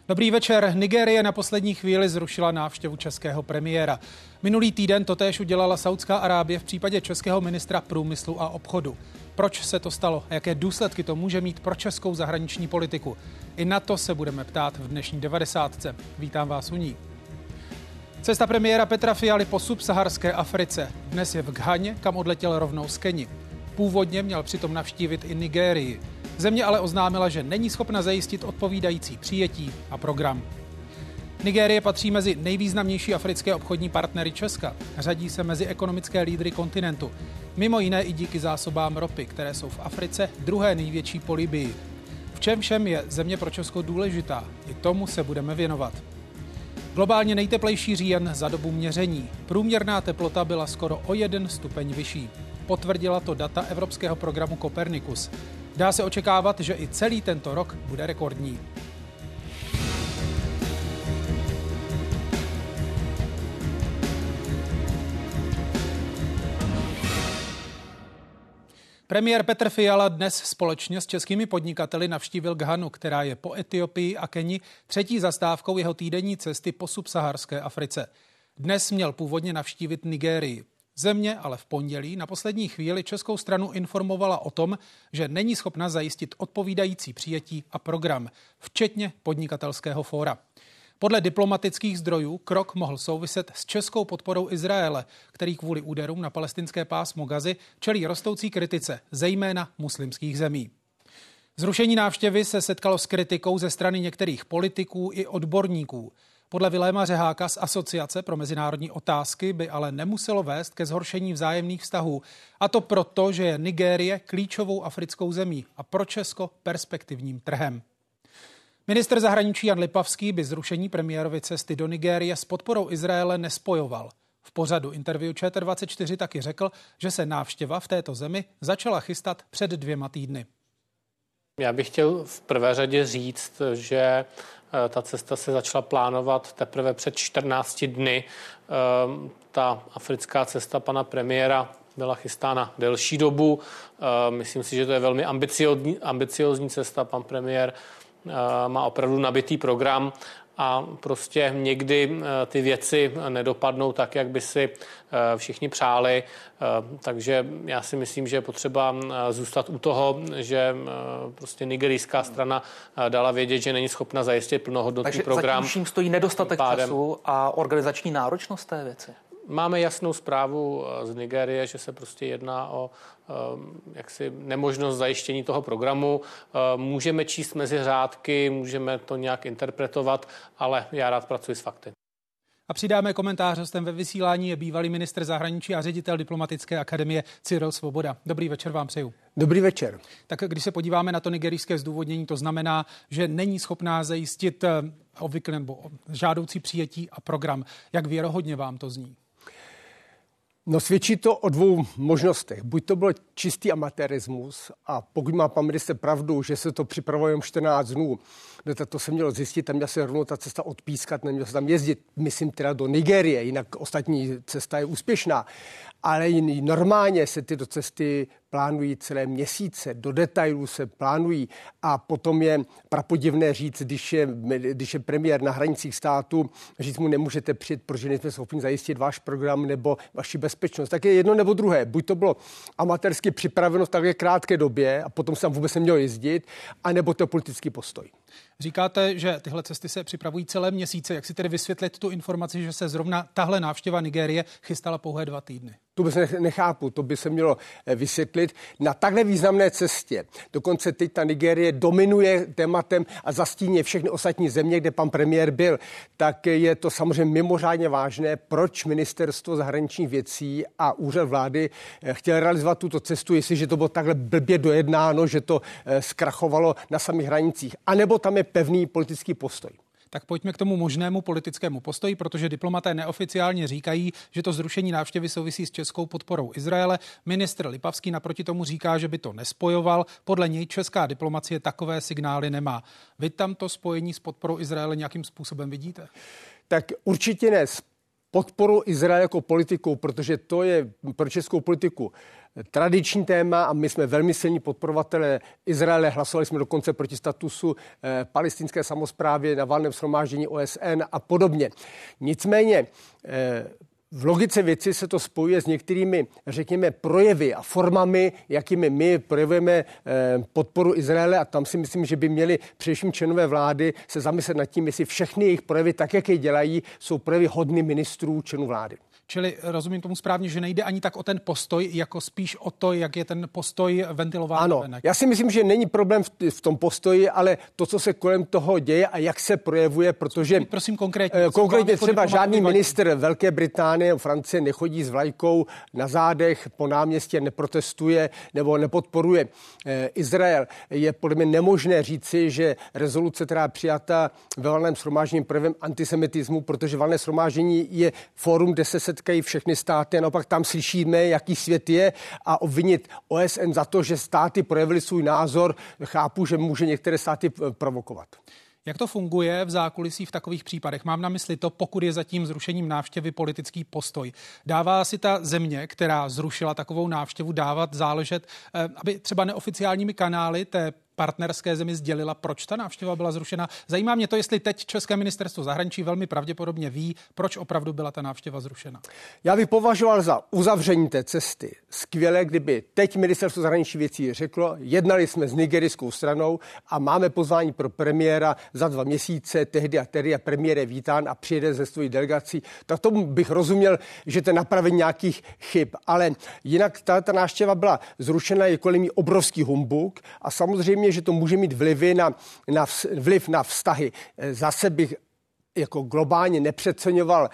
Dobrý večer. Nigérie na poslední chvíli zrušila návštěvu českého premiéra. Minulý týden totéž udělala Saudská Arábie v případě českého ministra průmyslu a obchodu. Proč se to stalo a jaké důsledky to může mít pro českou zahraniční politiku? I na to se budeme ptát v dnešní 90. Vítám vás u ní. Cesta premiéra Petra Fialy po subsaharské Africe. Dnes je v Ghaně, kam odletěl rovnou z Keni. Původně měl přitom navštívit i Nigérii. Země ale oznámila, že není schopna zajistit odpovídající přijetí a program. Nigérie patří mezi nejvýznamnější africké obchodní partnery Česka. Řadí se mezi ekonomické lídry kontinentu. Mimo jiné i díky zásobám ropy, které jsou v Africe druhé největší po Libyi. V čem všem je země pro Česko důležitá? I tomu se budeme věnovat. Globálně nejteplejší říjen za dobu měření. Průměrná teplota byla skoro o 1 stupeň vyšší. Potvrdila to data evropského programu Copernicus. Dá se očekávat, že i celý tento rok bude rekordní. Premiér Petr Fiala dnes společně s českými podnikateli navštívil Ghanu, která je po Etiopii a Keni třetí zastávkou jeho týdenní cesty po subsaharské Africe. Dnes měl původně navštívit Nigérii. Země ale v pondělí na poslední chvíli českou stranu informovala o tom, že není schopna zajistit odpovídající přijetí a program, včetně podnikatelského fóra. Podle diplomatických zdrojů krok mohl souviset s českou podporou Izraele, který kvůli úderům na palestinské pásmo Gazy čelí rostoucí kritice, zejména muslimských zemí. Zrušení návštěvy se setkalo s kritikou ze strany některých politiků i odborníků. Podle Viléma Řeháka z Asociace pro mezinárodní otázky by ale nemuselo vést ke zhoršení vzájemných vztahů. A to proto, že je Nigérie klíčovou africkou zemí a pro Česko perspektivním trhem. Ministr zahraničí Jan Lipavský by zrušení premiérovy cesty do Nigérie s podporou Izraele nespojoval. V pořadu interview ČT24 taky řekl, že se návštěva v této zemi začala chystat před 2 týdny. Já bych chtěl v prvé řadě říct, že ta cesta se začala plánovat teprve před 14 dny. Ta africká cesta pana premiéra byla chystána delší dobu. Myslím si, že to je velmi ambiciózní cesta. Pan premiér má opravdu nabitý program a prostě někdy ty věci nedopadnou tak, jak by si všichni přáli. Takže já si myslím, že je potřeba zůstat u toho, že prostě nigerijská strana dala vědět, že není schopna zajistit plnohodnotný program. Takže zatím stojí nedostatek času a organizační náročnost té věci? Máme jasnou zprávu z Nigérie, že se prostě jedná o jaksi nemožnost zajištění toho programu. Můžeme číst mezi řádky, můžeme to nějak interpretovat, ale já rád pracuji s fakty. A přidáme komentář. Hostem ve vysílání je bývalý ministr zahraničí a ředitel Diplomatické akademie Cyril Svoboda. Dobrý večer vám přeju. Dobrý večer. Tak když se podíváme na to nigerijské zdůvodnění, to znamená, že není schopná zajistit obvykle nebo žádoucí přijetí a program. Jak věrohodně vám to zní? No, svědčí to o 2 možnostech. Buď to byl čistý amatérismus a pokud má pan ministr pravdu, že se to připravuje jen 14 dnů, to se mělo zjistit, tam měla se rovnou ta cesta odpískat, nemělo se tam jezdit, myslím teda do Nigérie, jinak ostatní cesta je úspěšná. Ale normálně se tyto cesty plánují celé měsíce, do detailů se plánují a potom je prapodivné říct, když je premiér na hranicích státu, říct mu nemůžete přijet, protože nejsme schopni zajistit váš program nebo vaši bezpečnost. Tak je jedno nebo druhé. Buď to bylo amatérsky připraveno v takové krátké době a potom se tam vůbec nemělo jezdit, anebo to politický postoj. Říkáte, že tyhle cesty se připravují celé měsíce. Jak si tedy vysvětlit tu informaci, že se zrovna tahle návštěva Nigérie chystala pouhé 2 týdny? To by se nechápu, to by se mělo vysvětlit. Na takhle významné cestě, dokonce teď ta Nigérie dominuje tématem a zastíně všechny ostatní země, kde pan premiér byl, tak je to samozřejmě mimořádně vážné, proč ministerstvo zahraničních věcí a úřad vlády chtěl realizovat tuto cestu, jestliže to bylo takhle blbě dojednáno, že to zkrachovalo na samých hranicích, anebo tam je pevný politický postoj. Tak pojďme k tomu možnému politickému postoji, protože diplomaté neoficiálně říkají, že to zrušení návštěvy souvisí s českou podporou Izraele. Ministr Lipavský naproti tomu říká, že by to nespojoval. Podle něj česká diplomacie takové signály nemá. Vy tam to spojení s podporou Izraele nějakým způsobem vidíte? Tak určitě ne podporu Izraele jako politiku, protože to je pro českou politiku tradiční téma a my jsme velmi silní podporovatelé Izraele. Hlasovali jsme dokonce proti statusu palestinské samosprávy na valném shromáždění OSN a podobně. Nicméně v logice věci se to spojuje s některými, řekněme, projevy a formami, jakými my projevujeme podporu Izraele, a tam si myslím, že by měli především členové vlády se zamyslet nad tím, jestli všechny jejich projevy, tak jak je dělají, jsou projevy hodny ministrů členů vlády. Čili rozumím tomu správně, že nejde ani tak o ten postoj, jako spíš o to, jak je ten postoj ventilován. Ano, já si myslím, že není problém v tom postoji, ale to, co se kolem toho děje a jak se projevuje, protože prosím konkrétně. Konkrétně třeba žádný ministr Velké Británie, Francie nechodí s vlajkou na zádech po náměstí, neprotestuje nebo nepodporuje Izrael. Je podle mě nemožné říci, že rezoluce, která je přijata ve valném shromáždění, projevem antisemitismu, protože valné shromáždění je fórum, kde se setkají všechny státy a naopak tam slyšíme, jaký svět je, a obvinit OSN za to, že státy projevily svůj názor, chápu, že může některé státy provokovat. Jak to funguje v zákulisí v takových případech? Mám na mysli to, pokud je zatím zrušením návštěvy politický postoj. Dává si ta země, která zrušila takovou návštěvu, dávat záležet, aby třeba neoficiálními kanály té partnerské zemi sdělila, proč ta návštěva byla zrušena. Zajímá mě to, jestli teď České ministerstvo zahraničí velmi pravděpodobně ví, proč opravdu byla ta návštěva zrušena. Já bych považoval za uzavření té cesty skvěle, kdyby teď ministerstvo zahraničí věcí řeklo, jednali jsme s nigerijskou stranou a máme pozvání pro premiéra za 2 měsíce, tehdy a premiér je vítán a přijede ze svojí delegací. Tak tomu bych rozuměl, že to je napravení nějakých chyb, ale jinak ta návštěva byla zrušena, je kolem ní obrovský humbuk a samozřejmě, že to může mít vliv na vztahy. Zase bych jako globálně nepřeceňoval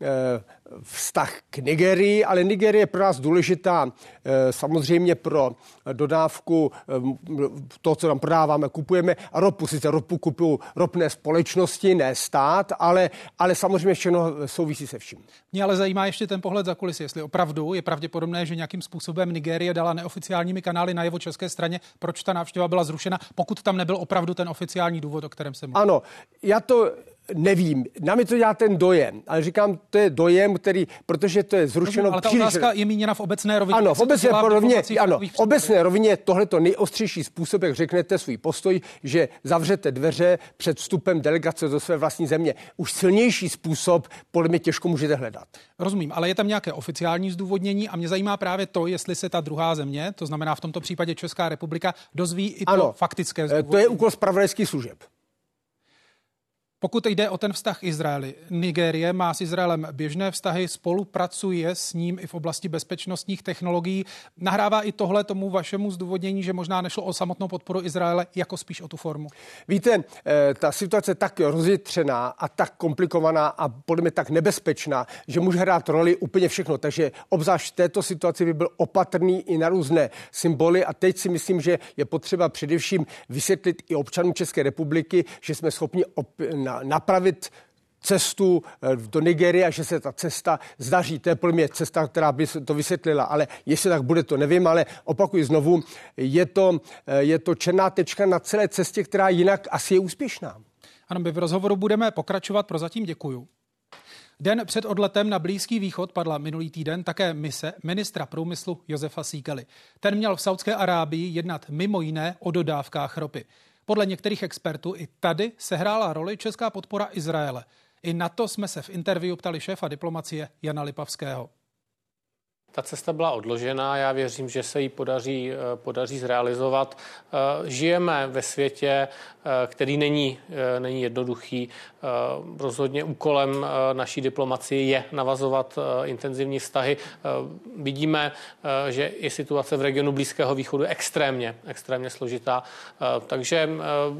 vztah k Nigerii, ale Nigerie je pro nás důležitá samozřejmě pro dodávku toho, co tam prodáváme, kupujeme ropu. Sice ropu kupují ropné společnosti, ne stát, ale samozřejmě všechno souvisí se vším. Mě ale zajímá ještě ten pohled za kulisy, jestli opravdu je pravděpodobné, že nějakým způsobem Nigérie dala neoficiálními kanály najevo české straně, proč ta návštěva byla zrušena, pokud tam nebyl opravdu ten oficiální důvod, o kterém se mluví. Ano, já to nevím. Na mě to dělá ten dojem, ale říkám, to je dojem, který, protože to je zrušeno. Ale ta otázka je míněna v obecné rovině. Ano, v obecné rovině tohle to nejostřejší způsob, jak řeknete svůj postoj, že zavřete dveře před vstupem delegace do své vlastní země. Už silnější způsob podle mě těžko můžete hledat. Rozumím, ale je tam nějaké oficiální zdůvodnění a mě zajímá právě to, jestli se ta druhá země, to znamená v tomto případě Česká republika, dozví i to faktické zdůvodnění. To je úkol zpravodajských služeb. Pokud jde o ten vztah Izraeli, Nigérie má s Izraelem běžné vztahy, spolupracuje s ním i v oblasti bezpečnostních technologií. Nahrává i tohle tomu vašemu zdůvodnění, že možná nešlo o samotnou podporu Izraele, jako spíš o tu formu? Víte, ta situace je tak rozjitřená a tak komplikovaná a podle mě tak nebezpečná, že může hrát roli úplně všechno. Takže obzvlášť v této situaci by byl opatrný i na různé symboly a teď si myslím, že je potřeba především vysvětlit i občanům České republiky, že jsme schopni napravit cestu do Nigérie a že se ta cesta zdaří. To je podle mě cesta, která by to vysvětlila, ale jestli tak bude, to nevím, ale opakuji znovu, je to černá tečka na celé cestě, která jinak asi je úspěšná. Ano, my v rozhovoru budeme pokračovat, prozatím děkuju. Den před odletem na Blízký východ padla minulý týden také mise ministra průmyslu Josefa Síkely. Ten měl v Saúdské Arábii jednat mimo jiné o dodávkách ropy. Podle některých expertů i tady sehrála roli česká podpora Izraele. I na to jsme se v interview ptali šéfa diplomacie Jana Lipavského. Ta cesta byla odložena, já věřím, že se jí podaří zrealizovat. Žijeme ve světě, který není jednoduchý. Rozhodně úkolem naší diplomacie je navazovat intenzivní vztahy. Vidíme, že i situace v regionu Blízkého východu je extrémně složitá. Takže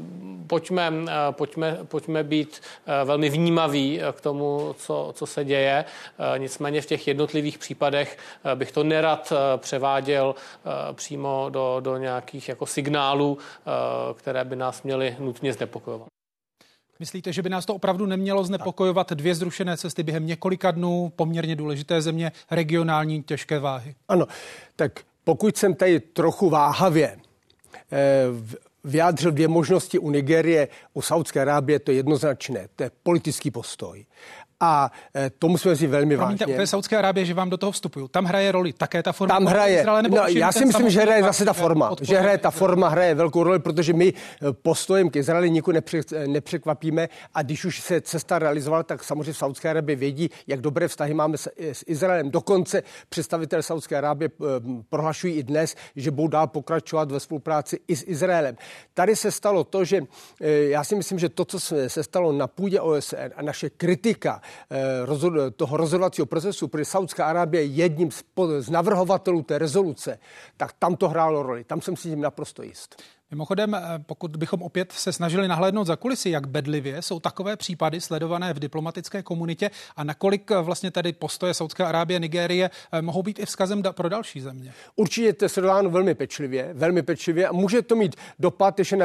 pojďme být velmi vnímaví k tomu, co se děje. Nicméně v těch jednotlivých případech bych to nerad převáděl přímo do nějakých jako signálů, které by nás měly nutně znepokojovat. Myslíte, že by nás to opravdu nemělo znepokojovat 2 zrušené cesty během několika dnů, poměrně důležité země, regionální těžké váhy? Ano, tak pokud jsem tady trochu váhavě vyjádřil 2 možnosti u Nigérie, u Saúdské Arábie, to je jednoznačné, to je politický postoj. A to musíme vzít velmi vážně. Promiňte, u Saúdské Arábie, že vám do toho vstupuju. Tam hraje roli také ta forma. Tam hraje. Izraele, nebo Já si myslím, že hraje zase ta forma. Že hraje ta forma, hraje velkou roli, protože my postojem k Izraeli nikoho nepřekvapíme a když už se cesta realizovala, tak samozřejmě v Saúdské Arábii vědí, jak dobré vztahy máme s Izraelem. Dokonce představitelé Saúdské Arábie prohlašují i dnes, že budou dál pokračovat ve spolupráci i s Izraelem. Tady se stalo to, že já si myslím, že to, co se stalo na půdě OSN a naše kritika toho rozhodovacího procesu, protože Saúdská Arábie je jedním z navrhovatelů té rezoluce, tak tam to hrálo roli. Tam jsem si tím naprosto jist. Mimochodem, pokud bychom opět se snažili nahlédnout za kulisy, jak bedlivě jsou takové případy sledované v diplomatické komunitě a nakolik vlastně tady postoje Saúdské Arábie, Nigérie mohou být i vzkazem pro další země? Určitě to je sledováno velmi pečlivě a může to mít dopad ještě na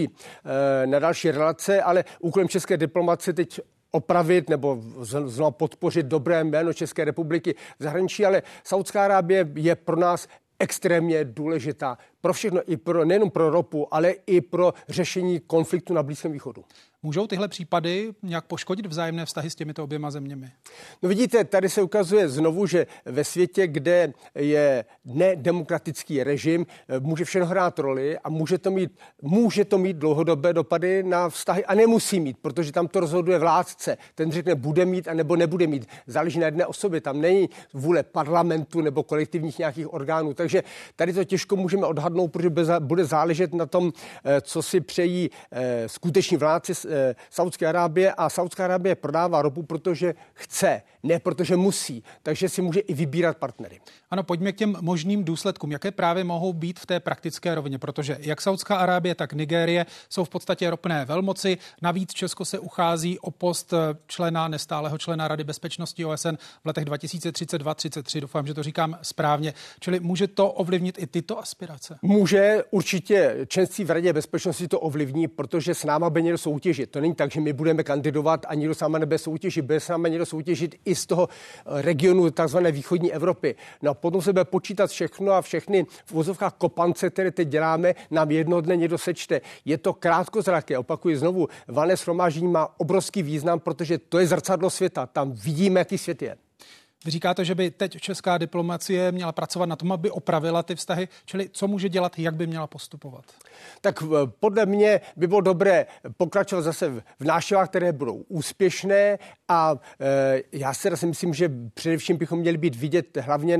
další relace, ale úkolem české diplomacie teď opravit nebo znovu podpořit dobré jméno České republiky v zahraničí, ale Saúdská Arábie je pro nás extrémně důležitá pro všechno, nejenom pro ropu, ale i pro řešení konfliktu na Blízkém východu. Můžou tyhle případy nějak poškodit vzájemné vztahy s těmito oběma zeměmi? No vidíte, tady se ukazuje znovu, že ve světě, kde je nedemokratický režim, může všechno hrát roli a může to mít dlouhodobé dopady na vztahy a nemusí mít, protože tam to rozhoduje vládce. Ten řekne, bude mít a nebo nebude mít. Záleží na jedné osobě. Tam není vůle parlamentu nebo kolektivních nějakých orgánů. Takže tady to těžko můžeme odhadnout, protože bude záležet na tom, co si přejí skuteční vládci Saúdské Arábie, a Saúdská Arábie prodává ropu, protože chce, ne protože musí. Takže si může i vybírat partnery. Ano, pojďme k těm možným důsledkům. Jaké právě mohou být v té praktické rovině? Protože jak Saúdská Arábie, tak Nigérie jsou v podstatě ropné velmoci. Navíc Česko se uchází o post nestálého člena Rady bezpečnosti OSN v letech 2032-33. Doufám, že to říkám správně. Čili může to ovlivnit i tyto aspirace? Může, určitě. Členství v Radě bezpečnosti to ovlivní, protože s náma by někdo soutěžit. To není tak, že my budeme kandidovat a nikdo s náma nebude soutěžit. Bude s náma někdo soutěžit i z toho regionu takzvané východní Evropy. No a potom se bude počítat všechno a všechny v uvozovkách kopance, které teď děláme, nám jednoho dne někdo sečte. Je to krátkozraké, opakuji znovu. Valné shromáždění má obrovský význam, protože to je zrcadlo světa. Tam vidíme, jaký svět je. Vy říkáte, že by teď česká diplomacie měla pracovat na tom, aby opravila ty vztahy, čili co může dělat, jak by měla postupovat? Tak podle mě by bylo dobré pokračovat zase v návštěvách, které budou úspěšné, a já si myslím, že především bychom měli být vidět hlavně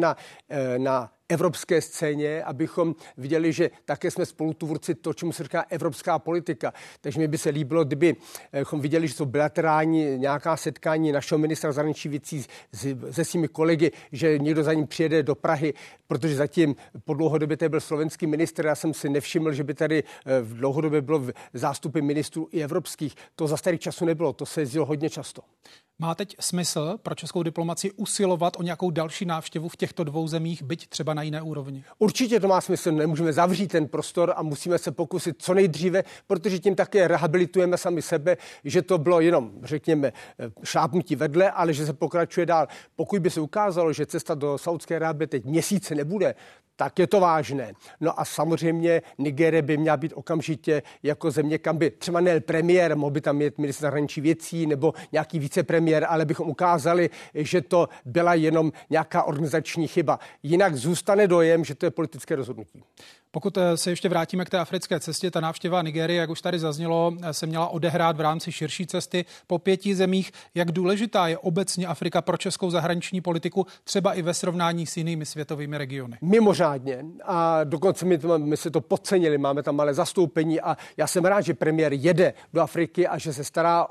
na evropské scéně, abychom viděli, že také jsme spolutvůrci to, čemu se říká evropská politika. Takže mi by se líbilo, kdybychom viděli, že jsou bilaterální nějaká setkání našeho ministra zahraničních věcí se svými kolegy, že někdo za ním přijede do Prahy, protože zatím po dlouhodobě tady byl slovenský ministr. Já jsem si nevšiml, že by tady v dlouhodobě bylo zástupy ministrů i evropských. To za starých časů nebylo, to se jezdilo hodně často. Má teď smysl pro českou diplomacii usilovat o nějakou další návštěvu v těchto dvou zemích, byť třeba na jiné úrovni? Určitě to má smysl, nemůžeme zavřít ten prostor a musíme se pokusit co nejdříve, protože tím také rehabilitujeme sami sebe, že to bylo jenom, řekněme, šlápnutí vedle, ale že se pokračuje dál. Pokud by se ukázalo, že cesta do Saúdské Arábie teď měsíce nebude, tak je to vážné. No a samozřejmě Nigérie by měla být okamžitě jako země, kam by třeba nejel premiér, mohl by tam mít ministr zahraničních věcí nebo nějaký vicepremiér, ale bychom ukázali, že to byla jenom nějaká organizační chyba. Jinak zůstane dojem, že to je politické rozhodnutí. Pokud se ještě vrátíme k té africké cestě, ta návštěva Nigérie, jak už tady zaznělo, se měla odehrát v rámci širší cesty po 5 zemích. Jak důležitá je obecně Afrika pro českou zahraniční politiku, třeba i ve srovnání s jinými světovými regiony? Mimořádně. A dokonce my se to podcenili, máme tam malé zastoupení a já jsem rád, že premiér jede do Afriky a že se stará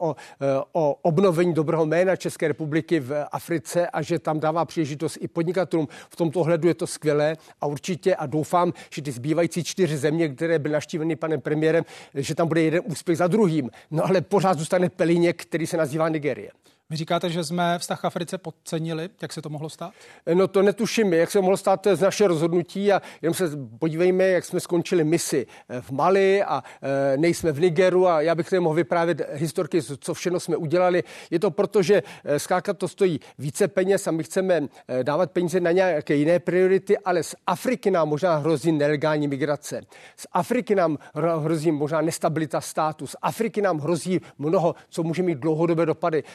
o obnovení dobrého jména České republiky v Africe a že tam dává příležitost i podnikatelům. V tomto ohledu je to skvělé a určitě a doufám, že ty zbývající 4 země, které byly navštíveny panem premiérem, že tam bude jeden úspěch za druhým. No ale pořád zůstane pelíněk, který se nazývá Nigérie. Vy říkáte, že jsme vztah k Africe podcenili. Jak se to mohlo stát? No to netuším. Jak se to mohlo stát, to je z naše rozhodnutí a jenom se podívejme, jak jsme skončili misi v Mali a nejsme v Nigeru a já bych tady mohl vyprávět historky, co všechno jsme udělali. Je to proto, že zkrátka to stojí více peněz a my chceme dávat peníze na nějaké jiné priority, ale z Afriky nám možná hrozí nelegální migrace. Z Afriky nám hrozí možná nestabilita státu. Z Afriky nám hrozí mnoho, co může mít dlouhodobé dopady. Podcenili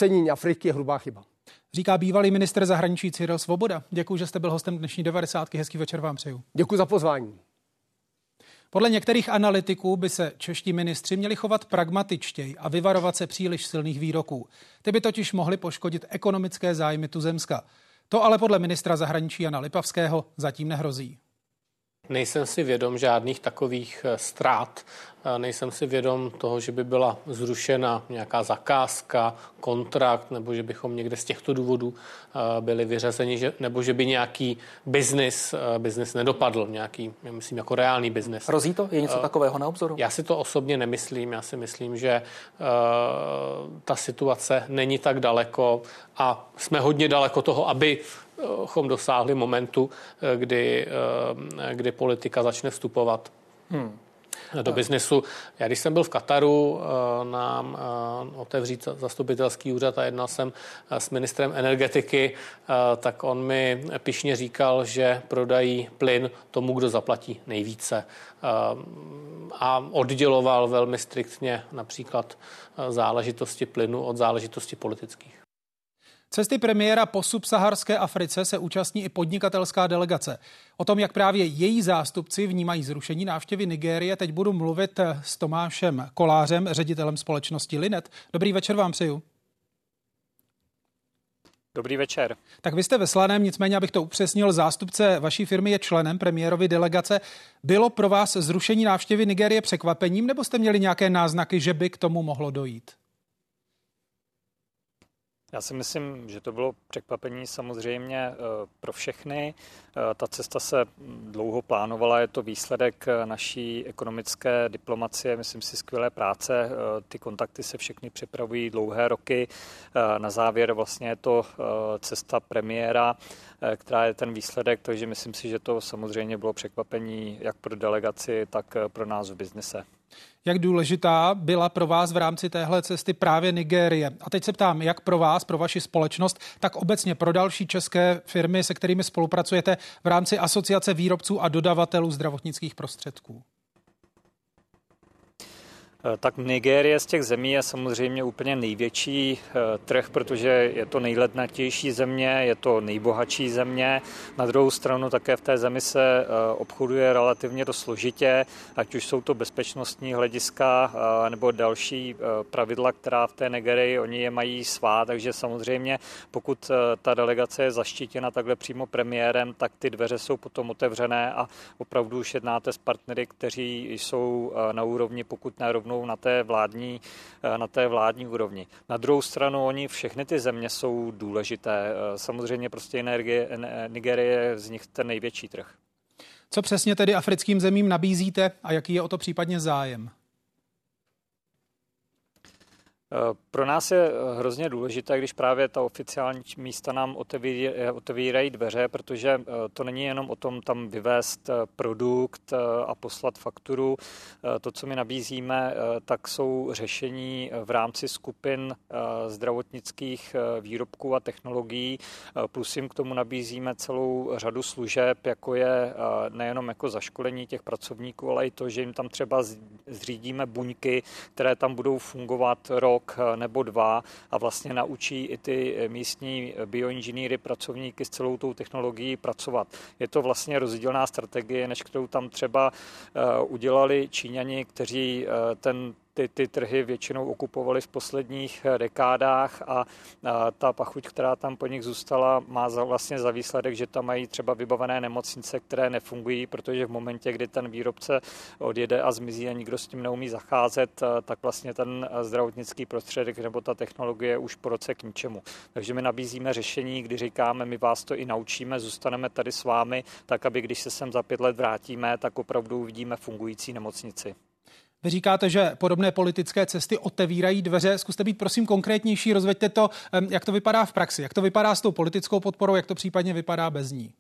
začlenění Afriky je hrubá chyba. Říká bývalý ministr zahraničí Cyril Svoboda. Děkuji, že jste byl hostem dnešní 90. Hezký večer vám přeju. Děkuji za pozvání. Podle některých analytiků by se čeští ministři měli chovat pragmatičtěji a vyvarovat se příliš silných výroků. Ty by totiž mohly poškodit ekonomické zájmy tuzemska. To ale podle ministra zahraničí Jana Lipavského zatím nehrozí. Nejsem si vědom žádných takových ztrát. Nejsem si vědom toho, že by byla zrušena nějaká zakázka, kontrakt, nebo že bychom někde z těchto důvodů byli vyřazeni, nebo že by nějaký biznis nedopadl, nějaký, myslím, jako reálný biznis. Hrozí to? Je něco takového na obzoru? Já si to osobně nemyslím. Já si myslím, že ta situace není tak daleko a jsme hodně daleko toho, abychom dosáhli momentu, kdy politika začne vstupovat do biznesu. Já když jsem byl v Kataru nám otevřít zastupitelský úřad a jednal jsem s ministrem energetiky, tak on mi pyšně říkal, že prodají plyn tomu, kdo zaplatí nejvíce. A odděloval velmi striktně například záležitosti plynu od záležitosti politických. Cesty premiéra po subsaharské Africe se účastní i podnikatelská delegace. O tom, jak právě její zástupci vnímají zrušení návštěvy Nigérie, teď budu mluvit s Tomášem Kolářem, ředitelem společnosti Linet. Dobrý večer vám přeju. Dobrý večer. Tak vy jste ve Slaném, nicméně, abych to upřesnil, zástupce vaší firmy je členem premiérovy delegace. Bylo pro vás zrušení návštěvy Nigérie překvapením, nebo jste měli nějaké náznaky, že by k tomu mohlo dojít? Já si myslím, že to bylo překvapení samozřejmě pro všechny. Ta cesta se dlouho plánovala, je to výsledek naší ekonomické diplomacie, myslím si skvělé práce. Ty kontakty se všechny připravují dlouhé roky. Na závěr vlastně je to cesta premiéra, která je ten výsledek, takže myslím si, že to samozřejmě bylo překvapení jak pro delegaci, tak pro nás v biznise. Jak důležitá byla pro vás v rámci téhle cesty právě Nigérie? A teď se ptám, jak pro vás, pro vaši společnost, tak obecně pro další české firmy, se kterými spolupracujete v rámci Asociace výrobců a dodavatelů zdravotnických prostředků? Tak Nigérie z těch zemí je samozřejmě úplně největší trh, protože je to nejlednatější země, je to nejbohatší země. Na druhou stranu také v té zemi se obchoduje relativně dost složitě, ať už jsou to bezpečnostní hlediska nebo další pravidla, která v té Nigérii oni je mají svá, takže samozřejmě pokud ta delegace je zaštítěna takhle přímo premiérem, tak ty dveře jsou potom otevřené a opravdu už jednáte s partnery, kteří jsou na úrovni, pokud ne rovnou na té vládní úrovni. Na druhou stranu oni všechny ty země jsou důležité. Samozřejmě prostě Nigérie je z nich ten největší trh. Co přesně tedy africkým zemím nabízíte a jaký je o to případně zájem? Pro nás je hrozně důležité, když právě ta oficiální místa nám otevírají dveře, protože to není jenom o tom tam vyvést produkt a poslat fakturu. To, co my nabízíme, tak jsou řešení v rámci skupin zdravotnických výrobků a technologií, plus jim k tomu nabízíme celou řadu služeb, jako je nejenom jako zaškolení těch pracovníků, ale i to, že jim tam třeba zřídíme buňky, které tam budou fungovat rok nebo dva a vlastně naučí i ty místní bioinženýry, pracovníky s celou tou technologií pracovat. Je to vlastně rozdílná strategie, než kterou tam třeba udělali Číňani, kteří ty trhy většinou okupovali v posledních dekádách a ta pachuť, která tam po nich zůstala, má vlastně za výsledek, že tam mají třeba vybavené nemocnice, které nefungují, protože v momentě, kdy ten výrobce odjede a zmizí a nikdo s tím neumí zacházet, tak vlastně ten zdravotnický prostředek nebo ta technologie už po roce k ničemu. Takže my nabízíme řešení, kdy říkáme, my vás to i naučíme, zůstaneme tady s vámi, tak aby když se sem za 5 let vrátíme, tak opravdu uvidíme fungující nemocnici. Vy říkáte, že podobné politické cesty otevírají dveře. Zkuste být prosím konkrétnější, rozveďte to, jak to vypadá v praxi, jak to vypadá s tou politickou podporou, jak to případně vypadá bez ní.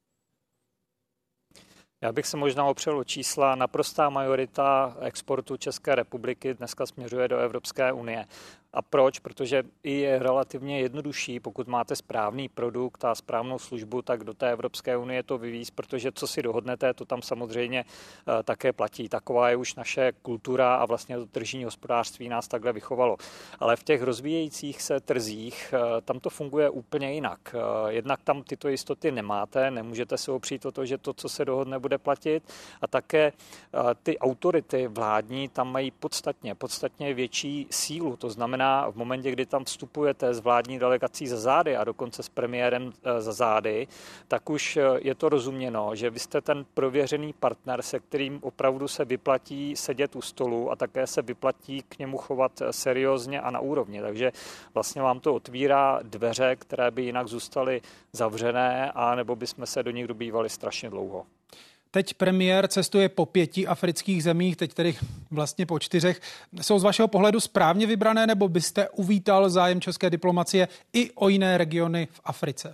Já bych se možná opřel o čísla. Naprostá majorita exportu České republiky dneska směřuje do Evropské unie. A proč? Protože i je relativně jednodušší, pokud máte správný produkt a správnou službu, tak do té Evropské unie to vyvízt, protože co si dohodnete, to tam samozřejmě také platí. Taková je už naše kultura a vlastně to tržní hospodářství nás takhle vychovalo. Ale v těch rozvíjejících se trzích tam to funguje úplně jinak. Jednak tam tyto jistoty nemáte, nemůžete se opřít o to, že to, co se dohodne, bude platit. A také ty autority vládní tam mají podstatně větší sílu. To znamená, v momentě, kdy tam vstupujete s vládní delegací za zády a dokonce s premiérem za zády, tak už je to rozuměno, že vy jste ten prověřený partner, se kterým opravdu se vyplatí sedět u stolu a také se vyplatí k němu chovat seriózně a na úrovni. Takže vlastně vám to otvírá dveře, které by jinak zůstaly zavřené a nebo bychom se do nich dobývali strašně dlouho. Teď premiér cestuje po 5 afrických zemích, teď tedy vlastně po 4. Jsou z vašeho pohledu správně vybrané, nebo byste uvítal zájem české diplomacie i o jiné regiony v Africe?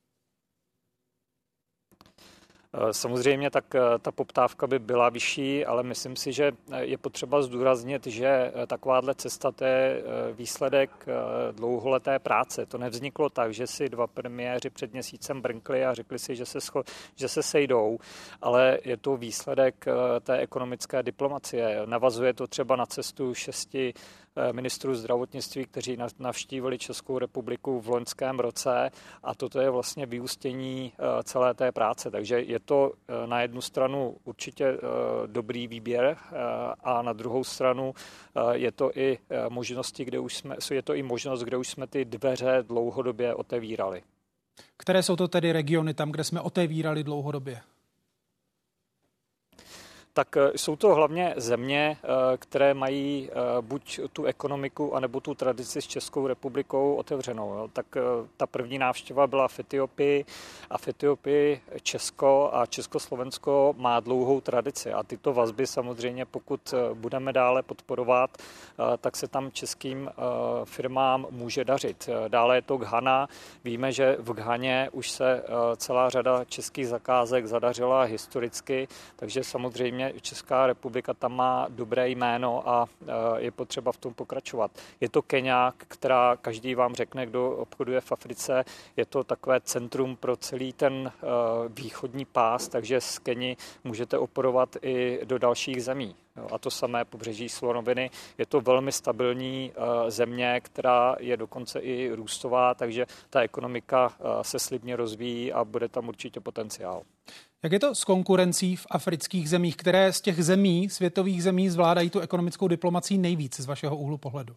Samozřejmě tak ta poptávka by byla vyšší, ale myslím si, že je potřeba zdůraznit, že takováhle cesta to je výsledek dlouholeté práce. To nevzniklo tak, že si 2 premiéři před měsícem brnkli a řekli si, že se sejdou, ale je to výsledek té ekonomické diplomacie. Navazuje to třeba na cestu 6 ministrů zdravotnictví, kteří navštívili Českou republiku v loňském roce a toto je vlastně vyústění celé té práce. Takže je to na jednu stranu určitě dobrý výběr a na druhou stranu je to i možnost, kde už jsme ty dveře dlouhodobě otevírali. Které jsou to tedy regiony tam, kde jsme otevírali dlouhodobě? Tak jsou to hlavně země, které mají buď tu ekonomiku, anebo tu tradici s Českou republikou otevřenou. Jo. Tak ta první návštěva byla v Etiopii a v Etiopii Česko a Československo má dlouhou tradici a tyto vazby samozřejmě, pokud budeme dále podporovat, tak se tam českým firmám může dařit. Dále je to Ghana. Víme, že v Ghaně už se celá řada českých zakázek zadařila historicky, takže samozřejmě Česká republika tam má dobré jméno a je potřeba v tom pokračovat. Je to Kenya, která každý vám řekne, kdo obchoduje v Africe, je to takové centrum pro celý ten východní pás, takže z Keni můžete operovat i do dalších zemí. A to samé pobřeží slonoviny. Je to velmi stabilní země, která je dokonce i růstová, takže ta ekonomika se slibně rozvíjí a bude tam určitě potenciál. Jak je to s konkurencí v afrických zemích, které z těch zemí, světových zemí, zvládají tu ekonomickou diplomacii nejvíc z vašeho úhlu pohledu?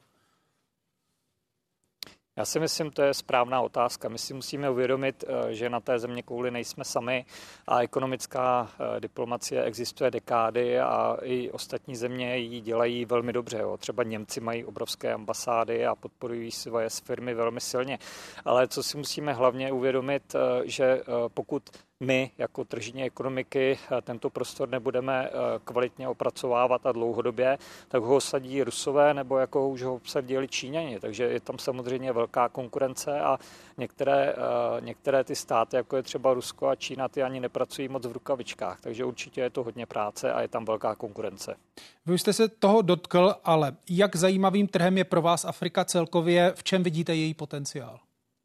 Já si myslím, to je správná otázka. My si musíme uvědomit, že na té zeměkouli nejsme sami a ekonomická diplomacie existuje dekády a i ostatní země ji dělají velmi dobře. Jo. Třeba Němci mají obrovské ambasády a podporují svoje firmy velmi silně. Ale co si musíme hlavně uvědomit, že pokud my jako tržní ekonomiky tento prostor nebudeme kvalitně opracovávat a dlouhodobě, tak ho osadí Rusové nebo jako už ho obsadili Číňani. Takže je tam samozřejmě velká konkurence a některé ty státy, jako je třeba Rusko a Čína, ty ani nepracují moc v rukavičkách. Takže určitě je to hodně práce a je tam velká konkurence. Vy už jste se toho dotkl, ale jak zajímavým trhem je pro vás Afrika celkově? V čem vidíte její potenciál?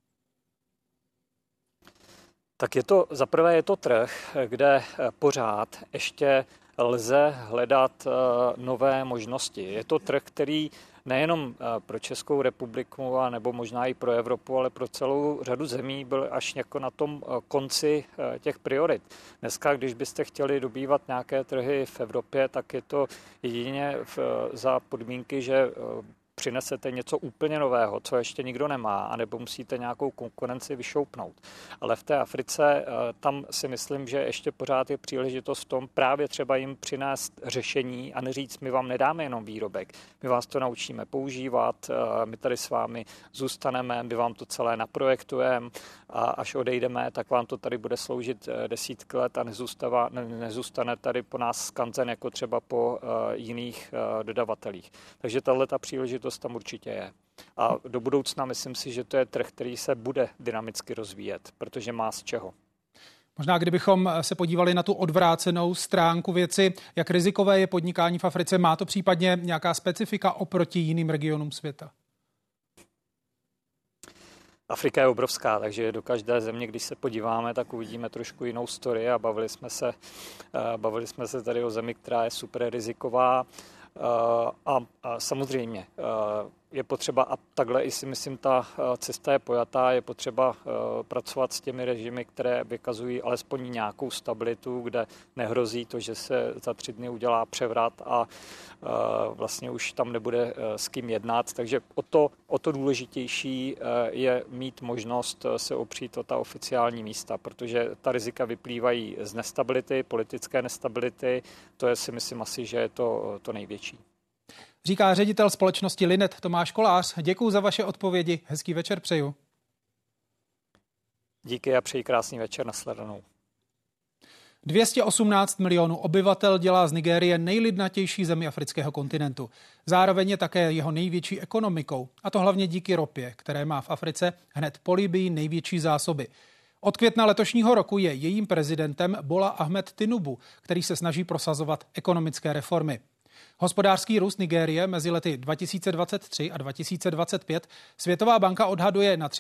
Tak zaprvé je to trh, kde pořád ještě lze hledat nové možnosti. Je to trh, který nejenom pro Českou republiku, nebo možná i pro Evropu, ale pro celou řadu zemí byl až jako na tom konci těch priorit. Dneska, když byste chtěli dobývat nějaké trhy v Evropě, tak je to jedině za podmínky, že přinesete něco úplně nového, co ještě nikdo nemá, anebo musíte nějakou konkurenci vyšoupnout. Ale v té Africe tam si myslím, že ještě pořád je příležitost v tom právě třeba jim přinést řešení a neříct, my vám nedáme jenom výrobek, my vás to naučíme používat, my tady s vámi zůstaneme, my vám to celé naprojektujeme a až odejdeme, tak vám to tady bude sloužit desítky let a nezůstane tady po nás skanzen jako třeba po jiných dodavatelích. Takže tato příležitost tam určitě je. A do budoucna myslím si, že to je trh, který se bude dynamicky rozvíjet, protože má z čeho. Možná kdybychom se podívali na tu odvrácenou stránku věci, jak rizikové je podnikání v Africe, má to případně nějaká specifika oproti jiným regionům světa? Afrika je obrovská, takže do každé země, když se podíváme, tak uvidíme trošku jinou story a bavili jsme se tady o zemi, která je super riziková. A samozřejmě je potřeba, a takhle i si myslím, ta cesta je pojatá, je potřeba pracovat s těmi režimy, které vykazují alespoň nějakou stabilitu, kde nehrozí to, že se za 3 dny udělá převrat a vlastně už tam nebude s kým jednat. Takže o to důležitější je mít možnost se opřít o ta oficiální místa, protože ta rizika vyplývají z nestability, politické nestability, to je si myslím asi, že je to největší. Říká ředitel společnosti Linet Tomáš Kolář. Děkuji za vaše odpovědi. Hezký večer přeju. Díky a přeji krásný večer, nashledanou. 218 milionů obyvatel dělá z Nigérie nejlidnatější zemi afrického kontinentu. Zároveň je také jeho největší ekonomikou, a to hlavně díky ropě, které má v Africe hned po Libyi největší zásoby. Od května letošního roku je jejím prezidentem Bola Ahmed Tinubu, který se snaží prosazovat ekonomické reformy. Hospodářský růst Nigérie mezi lety 2023 a 2025 Světová banka odhaduje na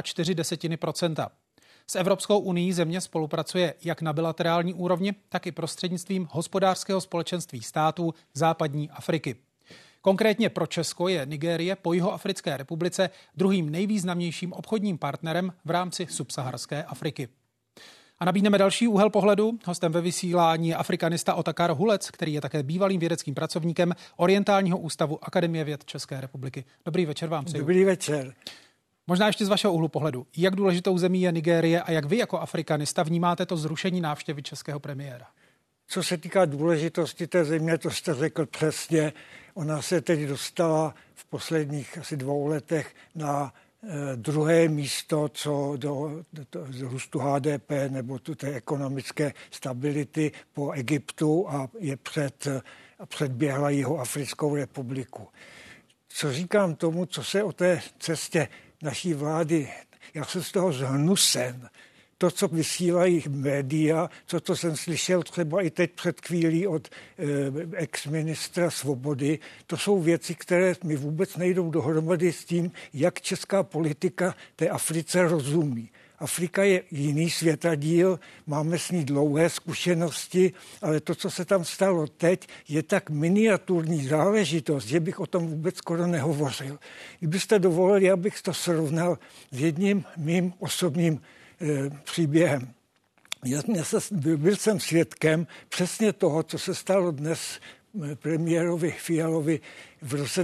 3,4%. S Evropskou unií země spolupracuje jak na bilaterální úrovni, tak i prostřednictvím hospodářského společenství států západní Afriky. Konkrétně pro Česko je Nigérie po Jihoafrické republice druhým nejvýznamnějším obchodním partnerem v rámci subsaharské Afriky. A nabídneme další úhel pohledu. Hostem ve vysílání je afrikanista Otakar Hulec, který je také bývalým vědeckým pracovníkem Orientálního ústavu Akademie věd České republiky. Dobrý večer vám přeju. Dobrý večer. Možná ještě z vašeho úhlu pohledu. Jak důležitou zemí je Nigérie a jak vy jako afrikanista vnímáte to zrušení návštěvy českého premiéra? Co se týká důležitosti té země, to jste řekl přesně. Ona se teď dostala v posledních asi 2 letech na druhé místo co do růstu HDP nebo té ekonomické stability po Egyptu a předběhla Jihoafrickou republiku. Co říkám tomu, co se o té cestě naší vlády, já jsem z toho zhnusen. To, co vysílají média, co jsem slyšel třeba i teď před chvílí od ex-ministra Svobody, to jsou věci, které mi vůbec nejdou dohromady s tím, jak česká politika té Africe rozumí. Afrika je jiný světadíl, máme s ní dlouhé zkušenosti, ale to, co se tam stalo teď, je tak miniaturní záležitost, že bych o tom vůbec skoro nehovořil. Kdybyste dovolili, abych to srovnal s jedním mým osobním příběhem. Byl jsem svědkem přesně toho, co se stalo dnes premiérovi Fialovi v roce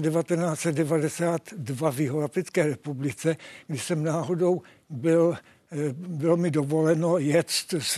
1992 v Jihoafrické republice, kdy jsem náhodou bylo mi dovoleno jet z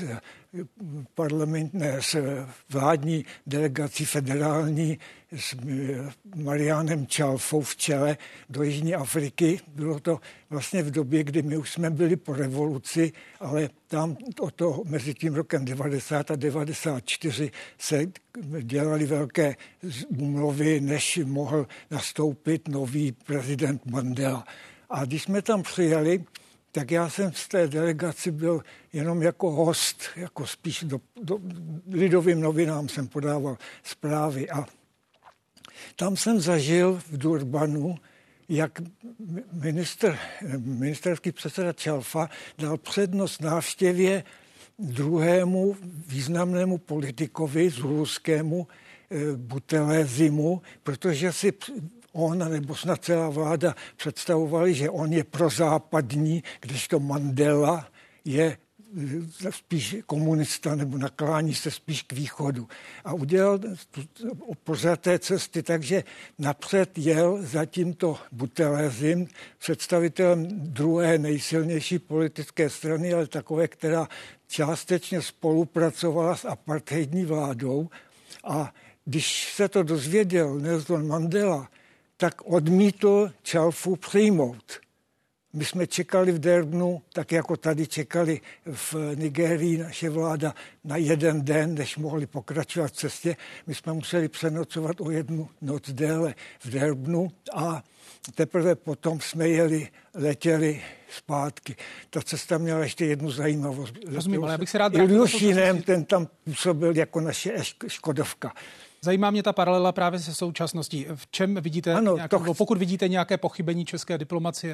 vládní delegací federální s Marianem Čalfou v čele do Jižní Afriky. Bylo to vlastně v době, kdy my už jsme byli po revoluci, ale tam mezi tím rokem 90 a 94 se dělaly velké úmluvy, než mohl nastoupit nový prezident Mandela. A když jsme tam přijeli, tak já jsem z té delegaci byl jenom jako host, jako spíš do Lidovým novinám jsem podával zprávy. A tam jsem zažil v Durbanu, jak ministerský předseda Čalfa dal přednost návštěvě druhému významnému politikovi, zulskému Butelezimu, protože si on nebo snad celá vláda představovali, že on je prozápadní, kdežto Mandela je spíš komunista nebo naklání se spíš k východu. A udělal pořád té cesty, takže napřed jel za tímto Butelezim, představitelem druhé nejsilnější politické strany, ale takové, která částečně spolupracovala s apartheidní vládou. A když se to dozvěděl Nelson Mandela, tak odmítl Čalfu přijmout. My jsme čekali v Durbanu, tak jako tady čekali v Nigérii naše vláda na 1 den, než mohli pokračovat v cestě. My jsme museli přenocovat o 1 noc déle v Durbanu a teprve potom jsme letěli zpátky. Ta cesta měla ještě jednu zajímavost. Rozumím, ale já bych se rád Iljušinem, ten tam působil jako naše Škodovka. Zajímá mě ta paralela právě se současností. V čem vidíte, pokud vidíte nějaké pochybení české diplomacie?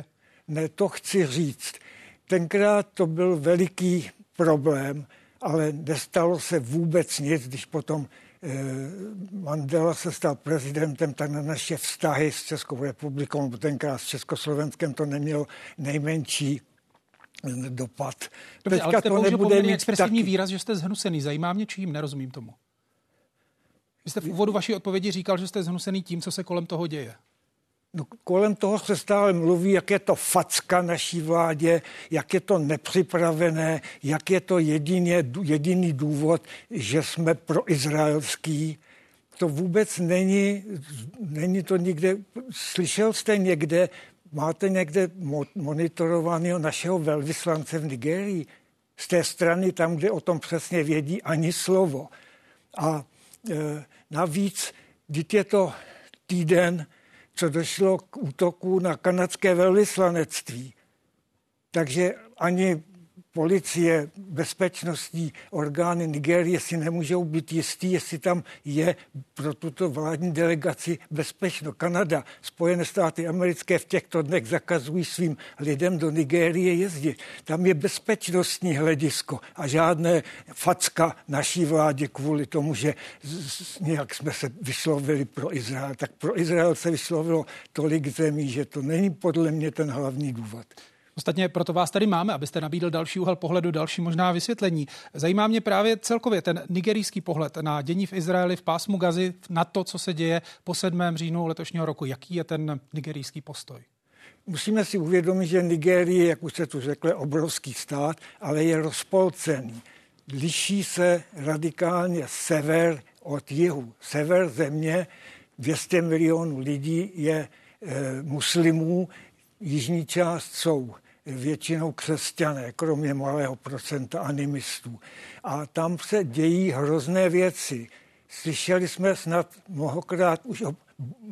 Ne, to chci říct. Tenkrát to byl veliký problém, ale nestalo se vůbec nic, když potom Mandela se stal prezidentem, tak na naše vztahy s Českou republikou, tenkrát s Československem to nemělo nejmenší dopad. Dobře, ale jste použil poměrně expresivní výraz, že jste zhnusený. Zajímá mě, čím, nerozumím tomu. Vy jste v úvodu vaší odpovědi říkal, že jste zhnusený tím, co se kolem toho děje. No, kolem toho se stále mluví, jak je to facka naší vládě, jak je to nepřipravené, jak je to jediný důvod, že jsme proizraelský. To vůbec není to nikde. Slyšel jste někde, máte někde monitorovaného našeho velvyslance v Nigérii? Z té strany, tam, kde o tom přesně vědí, ani slovo. A navíc, když je to týden, co došlo k útoku na kanadské velvyslanectví. Takže ani policie, bezpečnostní orgány Nigérie si nemůžou být jistý, jestli tam je pro tuto vládní delegaci bezpečno. Kanada, Spojené státy americké v těchto dnech zakazují svým lidem do Nigérie jezdit. Tam je bezpečnostní hledisko a žádné facka naší vládě kvůli tomu, že nějak jsme se vyslovili pro Izrael. Tak pro Izrael se vyslovilo tolik zemí, že to není podle mě ten hlavní důvod. Ostatně proto vás tady máme, abyste nabídl další úhel pohledu, další možná vysvětlení. Zajímá mě právě celkově ten nigerijský pohled na dění v Izraeli, v pásmu Gazy, na to, co se děje po 7. říjnu letošního roku. Jaký je ten nigerijský postoj? Musíme si uvědomit, že Nigérie, jak už se tu řekl, je obrovský stát, ale je rozpolcený. Liší se radikálně sever od jihu. Sever země, 200 milionů lidí je muslimů, jižní část jsou většinou křesťané, kromě malého procenta animistů. A tam se dějí hrozné věci. Slyšeli jsme snad mnohokrát už o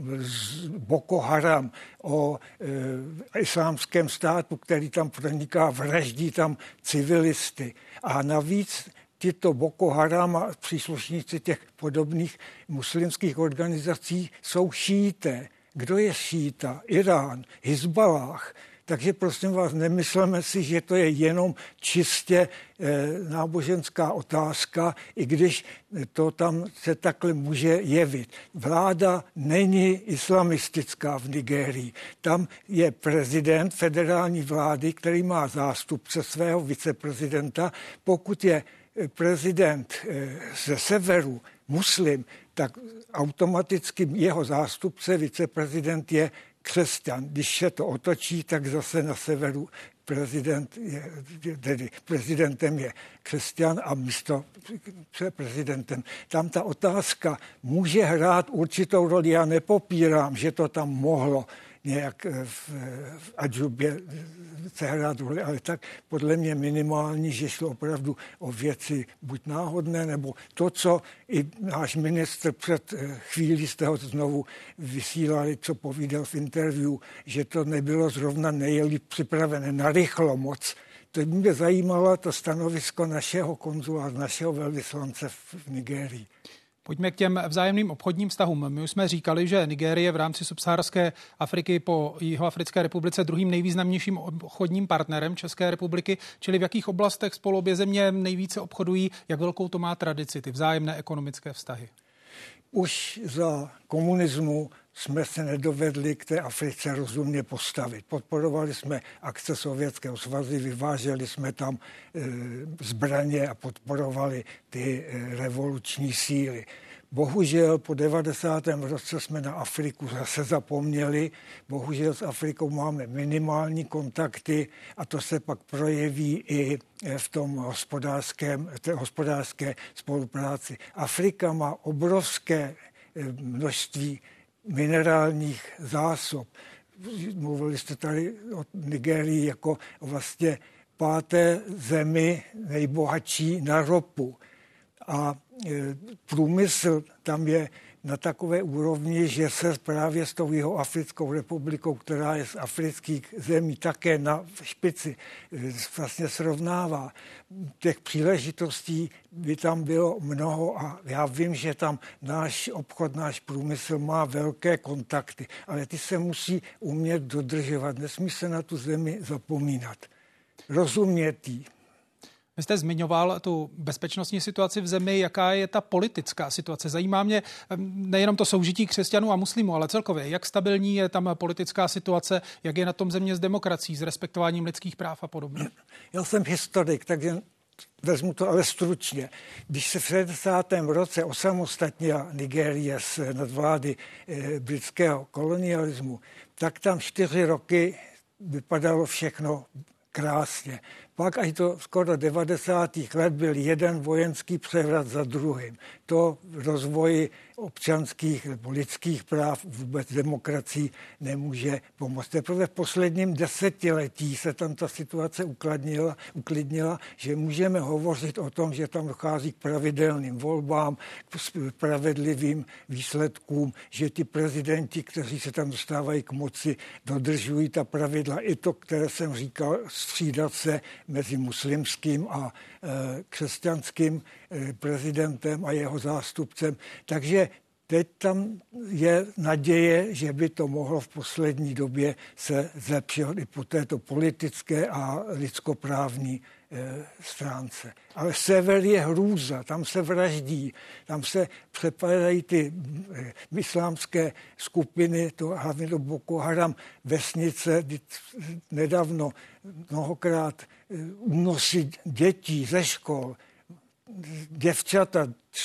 Boko Haram, o islámském státu, který tam proniká, vraždí tam civilisty. A navíc tyto Boko Haram a příslušníci těch podobných muslimských organizací jsou šíité. Kdo je šíta? Irán, Hizbalách. Takže prosím vás, nemysleme si, že to je jenom čistě náboženská otázka, i když to tam se takhle může jevit. Vláda není islamistická v Nigérii. Tam je prezident federální vlády, který má zástupce svého viceprezidenta. Pokud je prezident ze severu muslim, tak automaticky jeho zástupce, viceprezident, je křesťan. Když se to otočí, tak zase na severu prezidentem je křesťan a místo prezidentem. Tam ta otázka může hrát určitou roli. Já nepopírám, že to tam mohlo nějak v Adžubě sehrát roli, ale tak podle mě minimální, že šlo opravdu o věci buď náhodné, nebo to, co i náš ministr před chvílí jste ho znovu vysílali, co povídal v interview, že to nebylo zrovna nejlíp připravené, narychlo moc. To mě zajímalo to stanovisko našeho konzula, našeho velvyslance v Nigérii. Pojďme k těm vzájemným obchodním vztahům. My už jsme říkali, že Nigérie v rámci subsaharské Afriky po Jihoafrické republice druhým nejvýznamnějším obchodním partnerem České republiky, čili v jakých oblastech spolu obě země nejvíce obchodují, jak velkou to má tradici, ty vzájemné ekonomické vztahy? Už za komunismu jsme se nedovedli k té Africe rozumně postavit. Podporovali jsme akce Sovětského svazu, vyváželi jsme tam zbraně a podporovali ty revoluční síly. Bohužel po 90. roce jsme na Afriku zase zapomněli. Bohužel s Afrikou máme minimální kontakty a to se pak projeví i v tom hospodářské spolupráci. Afrika má obrovské množství minerálních zásob. Mluvili jste tady o Nigérii jako vlastně 5. zemi nejbohatší na ropu. A průmysl tam je na takové úrovni, že se právě s tou Jihoafrickou republikou, která je z afrických zemí také na špici, vlastně srovnává. Těch příležitostí by tam bylo mnoho a já vím, že tam náš obchod, náš průmysl má velké kontakty, ale ty se musí umět dodržovat, nesmí se na tu zemi zapomínat. Rozumět jí. Vy jste zmiňoval tu bezpečnostní situaci v zemi, jaká je ta politická situace. Zajímá mě nejenom to soužití křesťanů a muslimů, ale celkově, jak stabilní je tam politická situace, jak je na tom země s demokracií, s respektováním lidských práv a podobně. Já jsem historik, takže vezmu to ale stručně. Když se v 60. roce osamostatnila Nigérie z nadvlády britského kolonialismu, tak tam 4 roky vypadalo všechno krásně. Pak až do skoro 90. let byl jeden vojenský převrat za druhým. To v rozvoji občanských nebo lidských práv vůbec demokracii nemůže pomoct. Teprve v posledním desetiletí se tam ta situace uklidnila, že můžeme hovořit o tom, že tam dochází k pravidelným volbám, k spravedlivým výsledkům, že ti prezidenti, kteří se tam dostávají k moci, dodržují ta pravidla. I to, které jsem říkal, střídat se mezi muslimským a křesťanským prezidentem a jeho zástupcem. Takže teď tam je naděje, že by to mohlo v poslední době se zlepšit i po této politické a lidskoprávní stránce. Ale sever je hrůza, tam se vraždí, tam se přepadají ty islámské skupiny, to hlavně do Boko Haram, vesnice, nedávno mnohokrát únosy dětí ze škol, děvčata,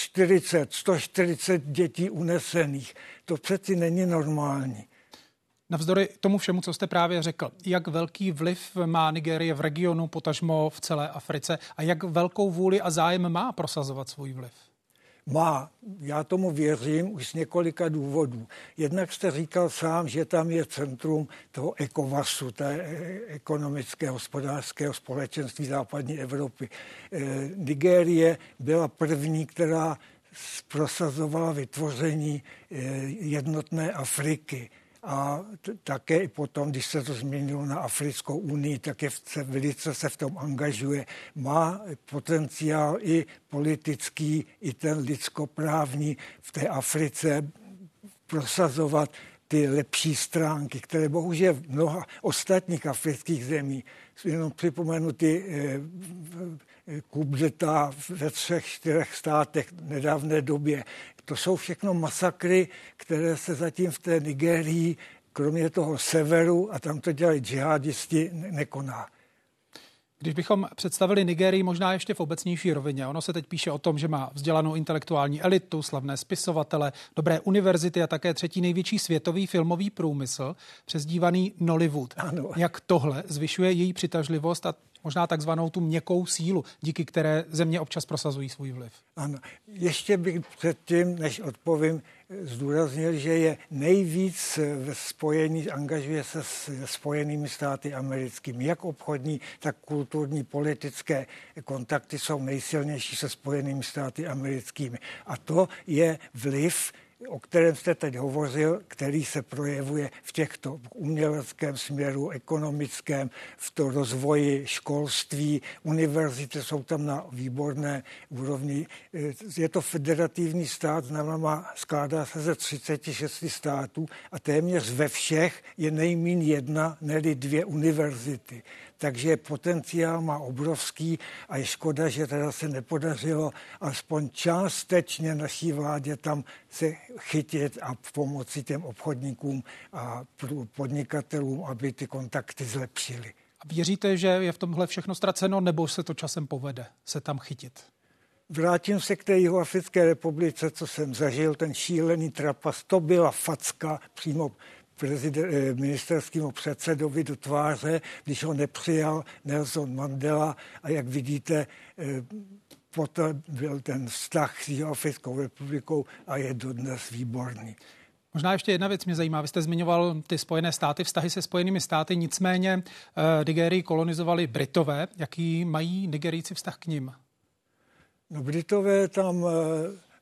140 dětí unesených. To přeci není normální. Navzdory tomu všemu, co jste právě řekl, jak velký vliv má Nigérie v regionu, potažmo v celé Africe a jak velkou vůli a zájem má prosazovat svůj vliv? Má. Já tomu věřím už z několika důvodů. Jednak jste říkal sám, že tam je centrum toho ECOWASu, té ekonomické, hospodářského společenství západní Evropy. Nigérie byla první, která prosazovala vytvoření jednotné Afriky. A také i potom, když se to změnilo na Africkou unii, tak velice se v tom angažuje. Má potenciál i politický, i ten lidskoprávní v té Africe prosazovat ty lepší stránky, které bohužel v mnoha ostatních afrických zemí, jenom připomenu ty kudeta ve 3-4 státech v nedávné době. To jsou všechno masakry, které se zatím v té Nigérii, kromě toho severu, a tam to dělají džihadisti, nekoná. Když bychom představili Nigérii možná ještě v obecnější rovině, ono se teď píše o tom, že má vzdělanou intelektuální elitu, slavné spisovatele, dobré univerzity a také 3. největší světový filmový průmysl, přezdívaný Nollywood. Ano. Jak tohle zvyšuje její přitažlivost a možná takzvanou tu měkkou sílu, díky které země občas prosazují svůj vliv? Ano. Ještě bych předtím, než odpovím, zdůraznil, že je nejvíc ve spojení, angažuje se s Spojenými státy americkými. Jak obchodní, tak kulturní, politické kontakty jsou nejsilnější se Spojenými státy americkými. A to je vliv, o kterém jste teď hovořil, který se projevuje v těchto uměleckém směru, ekonomickém, v to rozvoji školství, univerzity jsou tam na výborné úrovni. Je to federativní stát, znamená, skládá se ze 36 států a téměř ve všech je nejméně 1, ne-li 2 univerzity. Takže potenciál má obrovský a je škoda, že teda se nepodařilo alespoň částečně naší vládě tam se chytit a pomoci těm obchodníkům a podnikatelům, aby ty kontakty zlepšili. A věříte, že je v tomhle všechno ztraceno, nebo se to časem povede se tam chytit? Vrátím se k té Jihoafrické republice, co jsem zažil, ten šílený trapas, to byla facka přímo ministerskému předsedovi do tváře, když ho nepřijal Nelson Mandela a jak vidíte, poté byl ten vztah s Jihoafrickou republikou a je dodnes výborný. Možná ještě jedna věc mě zajímá. Vy jste zmiňoval ty Spojené státy, vztahy se Spojenými státy, nicméně Nigérii kolonizovali Britové. Jaký mají Nigerijci vztah k nim? No, Britové tam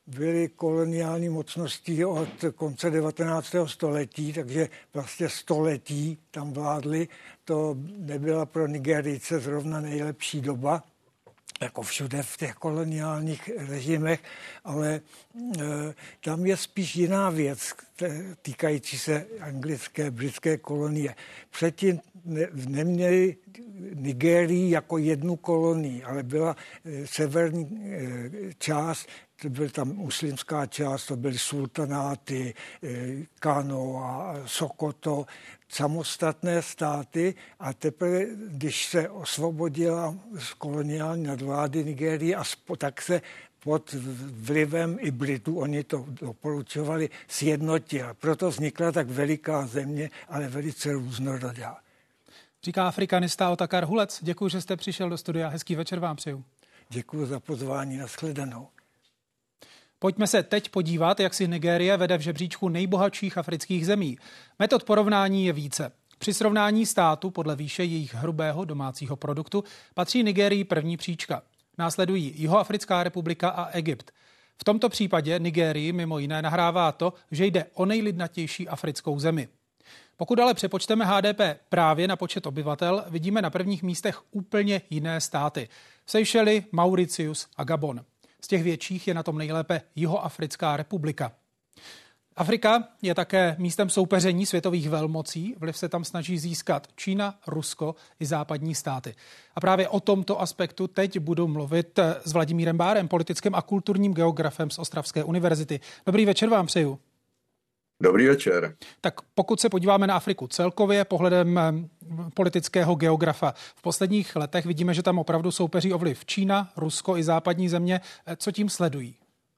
byly koloniální mocností od konce 19. století, takže vlastně století tam vládly. To nebyla pro Nigerijce zrovna nejlepší doba, jako všude v těch koloniálních režimech, ale tam je spíš jiná věc týkající se anglické, britské kolonie. Předtím neměli Nigérii jako jednu kolonii, ale byla severní část, to byla tam muslimská část, to byly sultanáty, Kano a Sokoto, samostatné státy a teprve, když se osvobodila z koloniální nadvlády Nigérie, tak se pod vlivem i Britů, oni to doporučovali, sjednotila. Proto vznikla tak veliká země, ale velice různorodá. Říká afrikanista Otakar Hulec. Děkuji, že jste přišel do studia. Hezký večer vám přeju. Děkuji za pozvání, nashledanou. Pojďme se teď podívat, jak si Nigérie vede v žebříčku nejbohatších afrických zemí. Metod porovnání je více. Při srovnání státu podle výše jejich hrubého domácího produktu patří Nigérii první příčka. Následují Jihoafrická republika a Egypt. V tomto případě Nigérii mimo jiné nahrává to, že jde o nejlidnatější africkou zemi. Pokud ale přepočteme HDP právě na počet obyvatel, vidíme na prvních místech úplně jiné státy. Seychely, Mauritius a Gabon. Z těch větších je na tom nejlépe Jihoafrická republika. Afrika je také místem soupeření světových velmocí. Vliv se tam snaží získat Čína, Rusko i západní státy. A právě o tomto aspektu teď budu mluvit s Vladimírem Bárem, politickým a kulturním geografem z Ostravské univerzity. Dobrý večer vám přeju. Dobrý večer. Tak pokud se podíváme na Afriku celkově pohledem politického geografa, v posledních letech vidíme, že tam opravdu soupeří o vliv Čína, Rusko i západní země. Co tím sledují?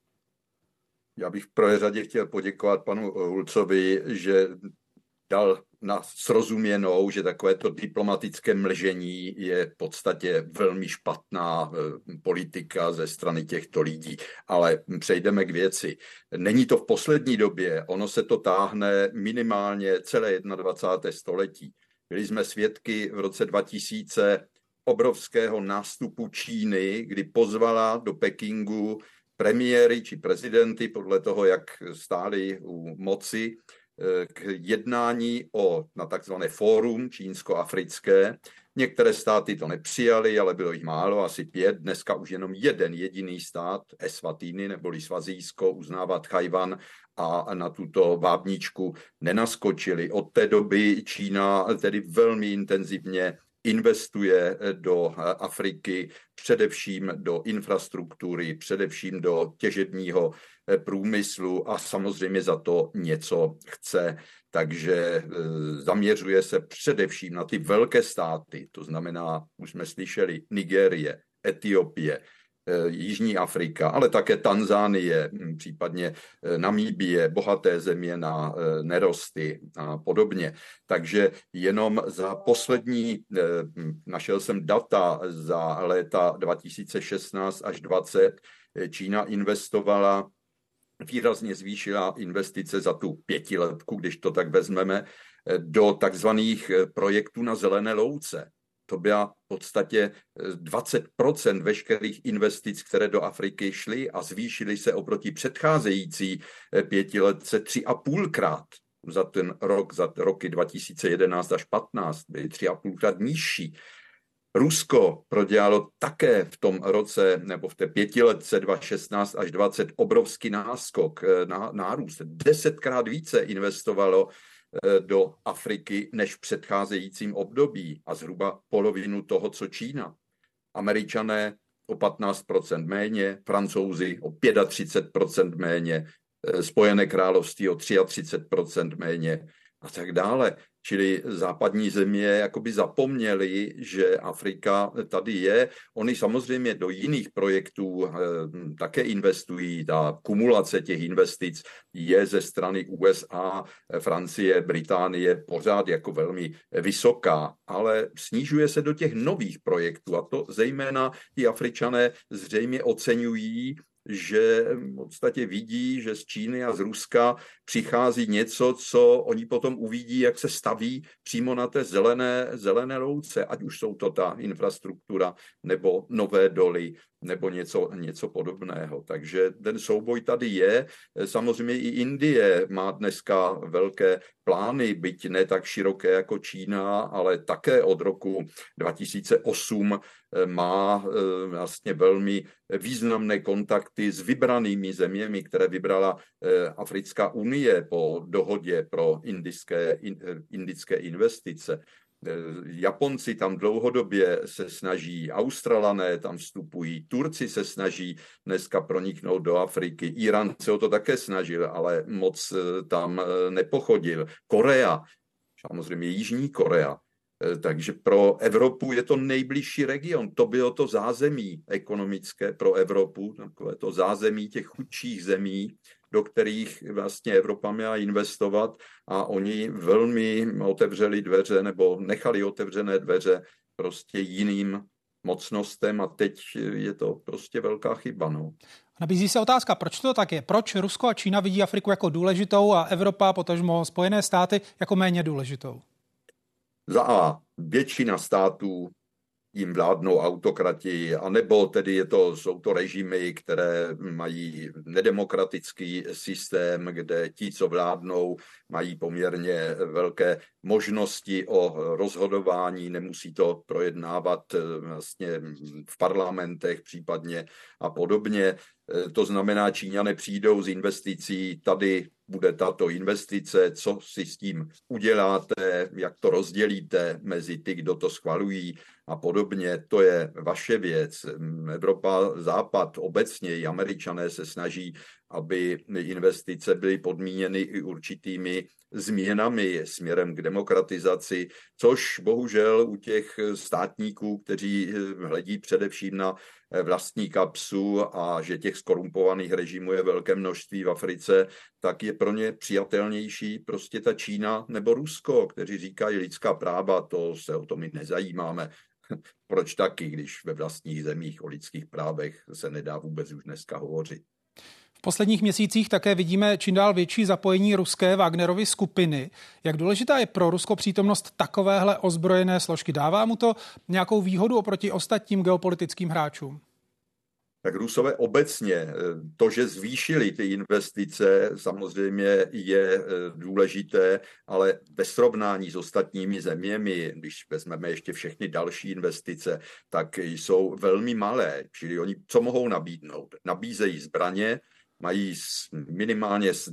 Já bych v prvé řadě chtěl poděkovat panu Hulcovi, že dal na srozuměnou, že takovéto diplomatické mlžení je v podstatě velmi špatná politika ze strany těchto lidí. Ale přejdeme k věci. Není to v poslední době, ono se to táhne minimálně celé 21. století. Byli jsme svědky v roce 2000 obrovského nástupu Číny, kdy pozvala do Pekingu premiéry či prezidenty, podle toho, jak stáli u moci, k jednání na takzvané fórum čínsko-africké. Některé státy to nepřijali, ale bylo jich málo, asi 5. Dneska už jenom jeden jediný stát, Eswatini neboli Svazijsko, uznává Tchaj-wan a na tuto vábničku nenaskočili. Od té doby Čína tedy velmi intenzivně investuje do Afriky, především do infrastruktury, především do těžebního průmyslu a samozřejmě za to něco chce. Takže zaměřuje se především na ty velké státy, to znamená, už jsme slyšeli, Nigérie, Etiopie, Jižní Afrika, ale také Tanzánie, případně Namíbie, bohaté země na nerosty a podobně. Takže jenom za poslední, našel jsem data za léta 2016 až 2020, Čína investovala, výrazně zvýšila investice za tu 5letku, když to tak vezmeme, do takzvaných projektů na zelené louce. To byla v podstatě 20% veškerých investic, které do Afriky šly a zvýšily se oproti předcházející 5letce 3,5krát za ten rok, za roky 2011 až 15, byly 3,5krát nižší. Rusko prodělalo také v tom roce, nebo v té 5letce 2016 až 2020 obrovský náskok, nárůst. 10krát více investovalo do Afriky než v předcházejícím období a zhruba polovinu toho, co Čína. Američané o 15% méně, Francouzi o 35% méně, Spojené království o 33% méně a tak dále. Čili západní země jakoby zapomněli, že Afrika tady je. Oni samozřejmě do jiných projektů také investují. Ta kumulace těch investic je ze strany USA, Francie, Británie pořád jako velmi vysoká, ale snižuje se do těch nových projektů a to zejména i Afričané zřejmě oceňují, že v podstatě vidí, že z Číny a z Ruska přichází něco, co oni potom uvidí, jak se staví přímo na té zelené louce, ať už jsou to ta infrastruktura nebo nové doly nebo něco podobného. Takže ten souboj tady je. Samozřejmě i Indie má dneska velké plány, byť ne tak široké jako Čína, ale také od roku 2008 má vlastně velmi významné kontakty s vybranými zeměmi, které vybrala Africká unie po dohodě pro indické investice. Japonci tam dlouhodobě se snaží, Australané tam vstupují, Turci se snaží dneska proniknout do Afriky, Irán se o to také snažil, ale moc tam nepochodil. Korea, samozřejmě Jižní Korea. Takže pro Evropu je to nejbližší region. To bylo to zázemí ekonomické pro Evropu, takové to zázemí těch chudších zemí, do kterých vlastně Evropa měla investovat a oni velmi otevřeli dveře nebo nechali otevřené dveře prostě jiným mocnostem a teď je to prostě velká chyba. No. Nabízí se otázka, proč to tak je? Proč Rusko a Čína vidí Afriku jako důležitou a Evropa, potažmo Spojené státy, jako méně důležitou? Za A, většina států jim vládnou autokrati, anebo tedy jsou to režimy, které mají nedemokratický systém, kde ti, co vládnou, mají poměrně velké možnosti o rozhodování, nemusí to projednávat vlastně v parlamentech případně a podobně. To znamená, Číňané přijdou z investicí, tady bude tato investice, co si s tím uděláte, jak to rozdělíte mezi ty, kdo to schvalují a podobně, to je vaše věc. Evropa, Západ obecně i Američané se snaží, aby investice byly podmíněny i určitými změnami směrem k demokratizaci, což bohužel u těch státníků, kteří hledí především na vlastní kapsu a že těch skorumpovaných režimů je velké množství v Africe, tak je pro ně přijatelnější prostě ta Čína nebo Rusko, kteří říkají lidská práva, to se o to my nezajímáme. Proč taky, když ve vlastních zemích o lidských právech se nedá vůbec už dneska hovořit. V posledních měsících také vidíme čím dál větší zapojení ruské Wagnerovy skupiny. Jak důležitá je pro Rusko přítomnost takovéhle ozbrojené složky? Dává mu to nějakou výhodu oproti ostatním geopolitickým hráčům? Tak Rusové obecně, to, že zvýšili ty investice, samozřejmě je důležité, ale ve srovnání s ostatními zeměmi, když vezmeme ještě všechny další investice, tak jsou velmi malé. Čili oni co mohou nabídnout? Nabízejí zbraně, mají minimálně z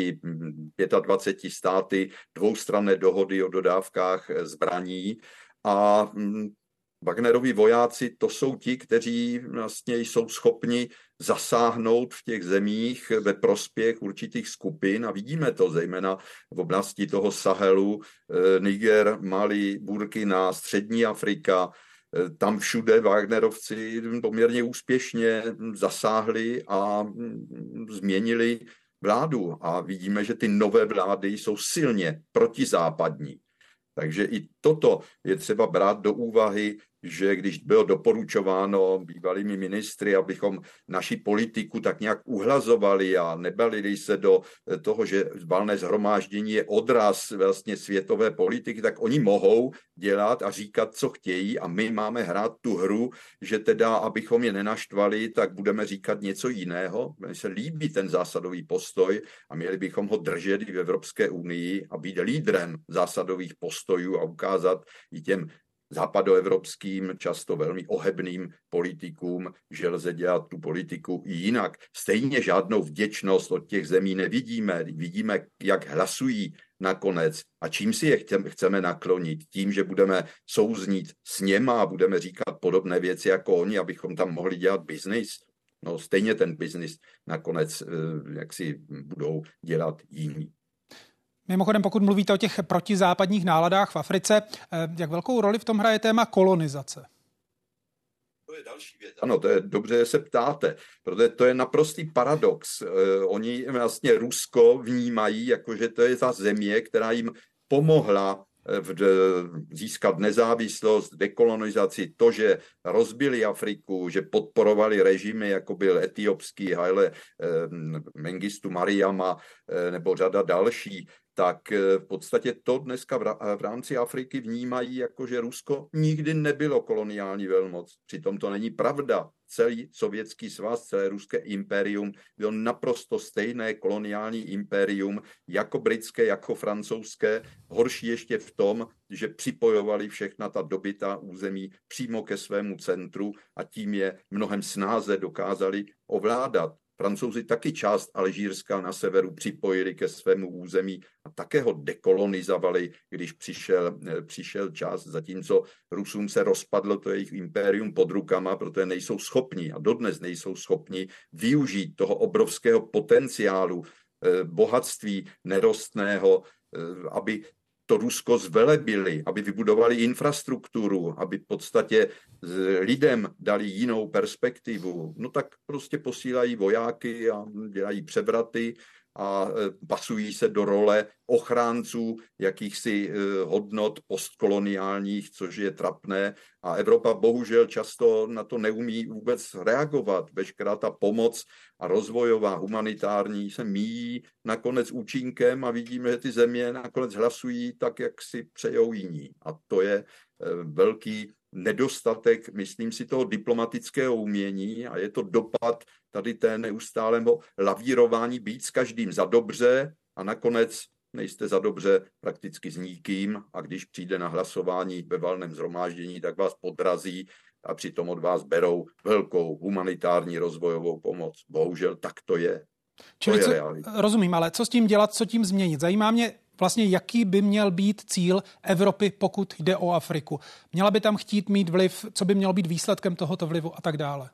25 státy dvoustranné dohody o dodávkách zbraní a Wagnerovi vojáci, to jsou ti, kteří vlastně jsou schopni zasáhnout v těch zemích ve prospěch určitých skupin a vidíme to zejména v oblasti toho Sahelu, Niger, Mali, Burkina, Střední Afrika. Tam všude Wagnerovci poměrně úspěšně zasáhli a změnili vládu a vidíme, že ty nové vlády jsou silně protizápadní. Takže i toto je třeba brát do úvahy, že když bylo doporučováno bývalými ministry, abychom naši politiku tak nějak uhlazovali a nebalili se do toho, že valné shromáždění je odraz vlastně světové politiky, tak oni mohou dělat a říkat, co chtějí a my máme hrát tu hru, že teda, abychom je nenaštvali, tak budeme říkat něco jiného. Mně se líbí ten zásadový postoj a měli bychom ho držet i v Evropské unii a být lídrem zásadových postojů a ukázat i těm západoevropským, často velmi ohebným politikům, že lze dělat tu politiku i jinak. Stejně žádnou vděčnost od těch zemí nevidíme. Vidíme, jak hlasují nakonec a čím si je chceme naklonit. Tím, že budeme souznít s něma a budeme říkat podobné věci jako oni, abychom tam mohli dělat biznis. No stejně ten biznis nakonec jak si budou dělat jiní. Mimochodem, pokud mluvíte o těch protizápadních náladách v Africe, jak velkou roli v tom hraje téma kolonizace? To je další věc. Ano, to je dobře, že se ptáte, protože to je naprostý paradox. Oni vlastně Rusko vnímají, jakože to je ta země, která jim pomohla získat nezávislost, dekolonizaci, to, že rozbili Afriku, že podporovali režimy, jako byl etiopský Haile Mengistu Mariama nebo řada další, tak v podstatě to dneska v rámci Afriky vnímají jako, že Rusko nikdy nebylo koloniální velmoc. Přitom to není pravda. Celý Sovětský svaz, celé ruské impérium bylo naprosto stejné koloniální impérium, jako britské, jako francouzské. Horší ještě v tom, že připojovali všechna ta dobytá území přímo ke svému centru a tím je mnohem snáze dokázali ovládat. Francouzi taky část Alžírska na severu připojili ke svému území a také ho dekolonizovali, když přišel čas, zatímco Rusům se rozpadlo to jejich impérium pod rukama, protože nejsou schopni a dodnes nejsou schopni využít toho obrovského potenciálu, bohatství nerostného, aby to Rusko zvelebili, aby vybudovali infrastrukturu, aby v podstatě lidem dali jinou perspektivu, no tak prostě posílají vojáky a dělají převraty a pasují se do role ochránců jakýchsi hodnot postkoloniálních, což je trapné. A Evropa bohužel často na to neumí vůbec reagovat. Veškerá ta pomoc a rozvojová, humanitární se míjí nakonec účinkem a vidíme, že ty země nakonec hlasují tak, jak si přejou jiní. A to je velký nedostatek, myslím si, toho diplomatického umění a je to dopad tady té neustálého lavírování, být s každým za dobře a nakonec nejste za dobře prakticky s nikým a když přijde na hlasování ve valném shromáždění, tak vás podrazí a přitom od vás berou velkou humanitární rozvojovou pomoc. Bohužel tak to je. Čili to je realita. Rozumím, ale co s tím dělat, co tím změnit? Zajímá mě vlastně, jaký by měl být cíl Evropy, pokud jde o Afriku. Měla by tam chtít mít vliv, co by mělo být výsledkem tohoto vlivu a tak dále?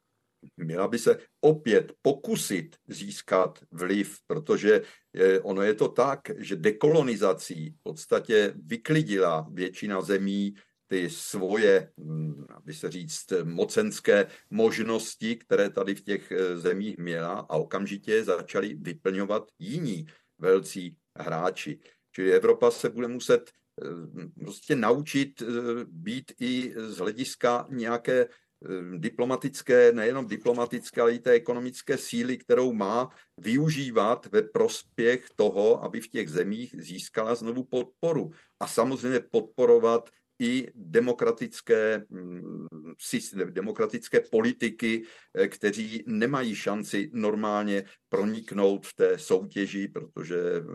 Měla by se opět pokusit získat vliv, protože ono je to tak, že dekolonizací v podstatě vyklidila většina zemí ty svoje, aby se říct, mocenské možnosti, které tady v těch zemích měla a okamžitě začali vyplňovat jiní velcí hráči. Čili Evropa se bude muset prostě naučit být i z hlediska nějaké diplomatické, nejenom diplomatické, ale i té ekonomické síly, kterou má, využívat ve prospěch toho, aby v těch zemích získala znovu podporu. A samozřejmě podporovat i demokratické politiky, kteří nemají šanci normálně proniknout v té soutěži, protože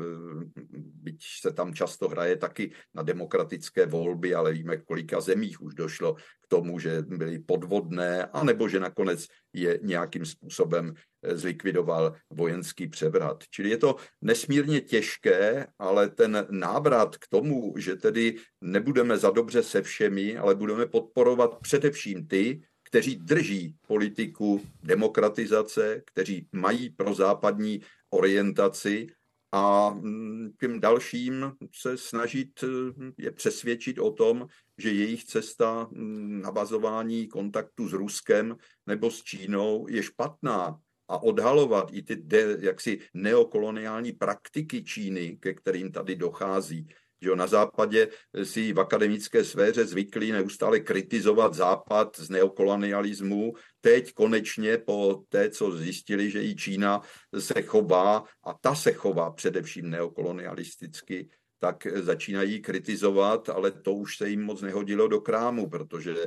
byť se tam často hraje taky na demokratické volby, ale víme, v kolika zemích už došlo k tomu, že byly podvodné, anebo že nakonec je nějakým způsobem zlikvidoval vojenský převrat. Čili je to nesmírně těžké, ale ten návrat k tomu, že tedy nebudeme za dobře se všemi, ale budeme podporovat především ty, kteří drží politiku demokratizace, kteří mají prozápadní orientaci a tím dalším se snažit je přesvědčit o tom, že jejich cesta navazování kontaktu s Ruskem nebo s Čínou je špatná a odhalovat i ty jaksi neokoloniální praktiky Číny, ke kterým tady dochází. Že na západě si v akademické sféře zvyklí neustále kritizovat západ z neokolonialismu. Teď konečně po té, co zjistili, že i Čína se chová, a ta se chová především neokolonialisticky, tak začínají kritizovat, ale to už se jim moc nehodilo do krámu, protože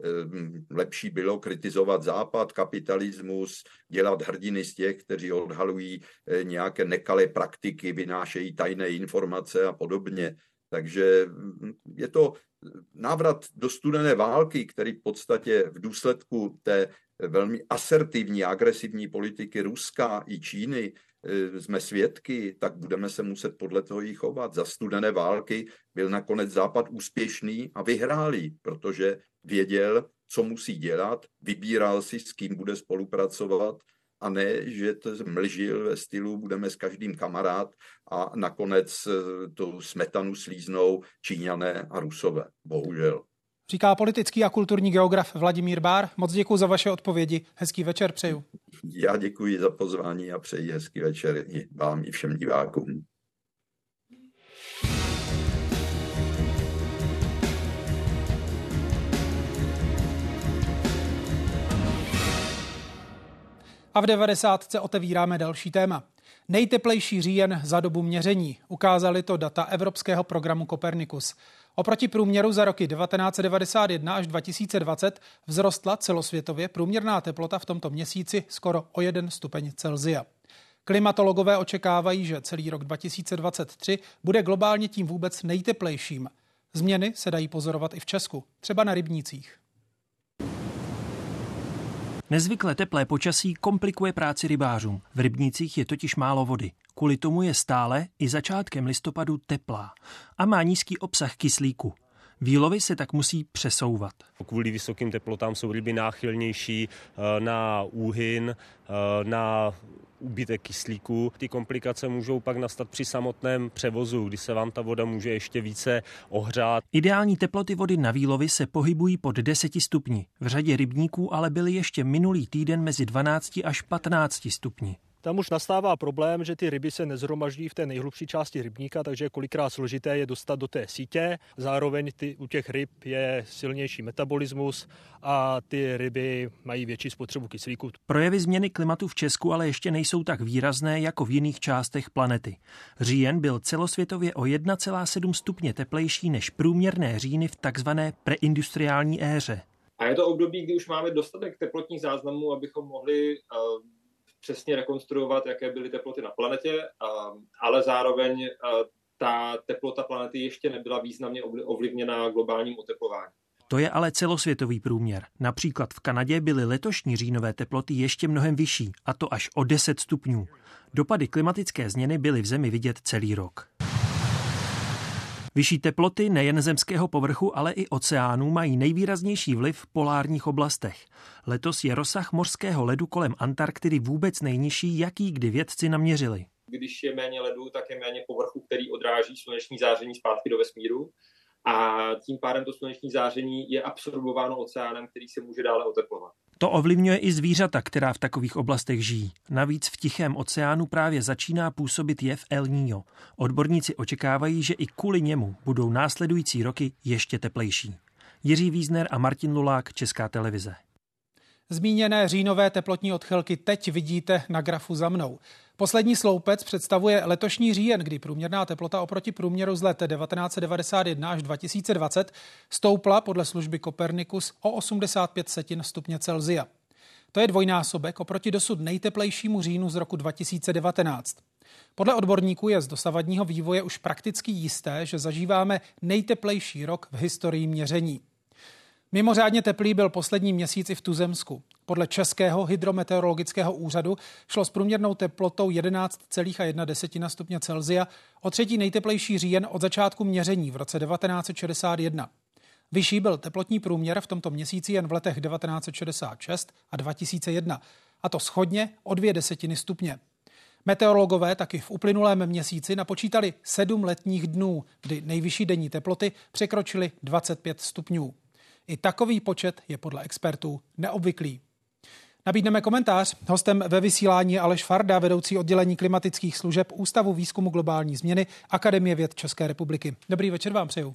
lepší bylo kritizovat západ, kapitalismus, dělat hrdiny z těch, kteří odhalují nějaké nekalé praktiky, vynášejí tajné informace a podobně. Takže je to návrat do studené války, který v podstatě v důsledku té velmi asertivní, agresivní politiky Ruska i Číny jsme svědky, tak budeme se muset podle toho i chovat. Za studené války byl nakonec Západ úspěšný a vyhrálý, protože věděl, co musí dělat, vybíral si, s kým bude spolupracovat a ne, že to mlžil ve stylu budeme s každým kamarád a nakonec tu smetanu slíznou Číňané a Rusové. Bohužel. Říká politický a kulturní geograf Vladimír Bár. Moc děkuji za vaše odpovědi. Hezký večer přeju. Já děkuji za pozvání a přeji hezký večer i vám i všem divákům. A v 90. otevíráme další téma. Nejteplejší říjen za dobu měření. Ukázaly to data Evropského programu Copernicus. Oproti průměru za roky 1991 až 2020 vzrostla celosvětově průměrná teplota v tomto měsíci skoro o 1 stupeň Celsia. Klimatologové očekávají, že celý rok 2023 bude globálně tím vůbec nejteplejším. Změny se dají pozorovat i v Česku, třeba na rybnících. Nezvykle teplé počasí komplikuje práci rybářům. V rybnících je totiž málo vody. Kvůli tomu je stále i začátkem listopadu teplá a má nízký obsah kyslíku. Výlovy se tak musí přesouvat. Kvůli vysokým teplotám jsou ryby náchylnější na úhyn, na úbytek kyslíku. Ty komplikace můžou pak nastat při samotném převozu, kdy se vám ta voda může ještě více ohřát. Ideální teploty vody na výlovy se pohybují pod 10 stupni. V řadě rybníků ale byly ještě minulý týden mezi 12 až 15 stupni. Tam už nastává problém, že ty ryby se nezhromaždí v té nejhlubší části rybníka, takže je kolikrát složité je dostat do té sítě. Zároveň u těch ryb je silnější metabolismus a ty ryby mají větší spotřebu kyslíku. Projevy změny klimatu v Česku ale ještě nejsou tak výrazné jako v jiných částech planety. Říjen byl celosvětově o 1,7 stupně teplejší než průměrné říjny v takzvané preindustriální éře. A je to období, kdy už máme dostatek teplotních záznamů, abychom mohli přesně rekonstruovat, jaké byly teploty na planetě, ale zároveň ta teplota planety ještě nebyla významně ovlivněna globálním oteplováním. To je ale celosvětový průměr. Například v Kanadě byly letošní říjnové teploty ještě mnohem vyšší, a to až o 10 stupňů. Dopady klimatické změny byly v zemi vidět celý rok. Vyšší teploty nejen zemského povrchu, ale i oceánů mají nejvýraznější vliv v polárních oblastech. Letos je rozsah mořského ledu kolem Antarktidy vůbec nejnižší, jaký kdy vědci naměřili. Když je méně ledu, tak je méně povrchu, který odráží sluneční záření zpátky do vesmíru. A tím pádem to sluneční záření je absorbováno oceánem, který se může dále oteplovat. To ovlivňuje i zvířata, která v takových oblastech žijí. Navíc v Tichém oceánu právě začíná působit jev El Niño. Odborníci očekávají, že i kvůli němu budou následující roky ještě teplejší. Jiří Vízner a Martin Lulák, Česká televize. Zmíněné říjnové teplotní odchylky teď vidíte na grafu za mnou. Poslední sloupec představuje letošní říjen, kdy průměrná teplota oproti průměru z let 1991 až 2020 stoupla podle služby Copernicus o 85 stupně Celsia. To je dvojnásobek oproti dosud nejteplejšímu říjnu z roku 2019. Podle odborníků je z dosavadního vývoje už prakticky jisté, že zažíváme nejteplejší rok v historii měření. Mimořádně teplý byl poslední měsíc i v tuzemsku. Podle Českého hydrometeorologického úřadu šlo s průměrnou teplotou 11,1 stupně Celsia o třetí nejteplejší říjen od začátku měření v roce 1961. Vyšší byl teplotní průměr v tomto měsíci jen v letech 1966 a 2001, a to shodně o 0,2 stupně. Meteorologové taky v uplynulém měsíci napočítali 7 letních dnů, kdy nejvyšší denní teploty překročily 25 stupňů. I takový počet je podle expertů neobvyklý. Nabídneme komentář. Hostem ve vysílání je Aleš Farda, vedoucí oddělení klimatických služeb Ústavu výzkumu globální změny Akademie věd České republiky. Dobrý večer vám přeju.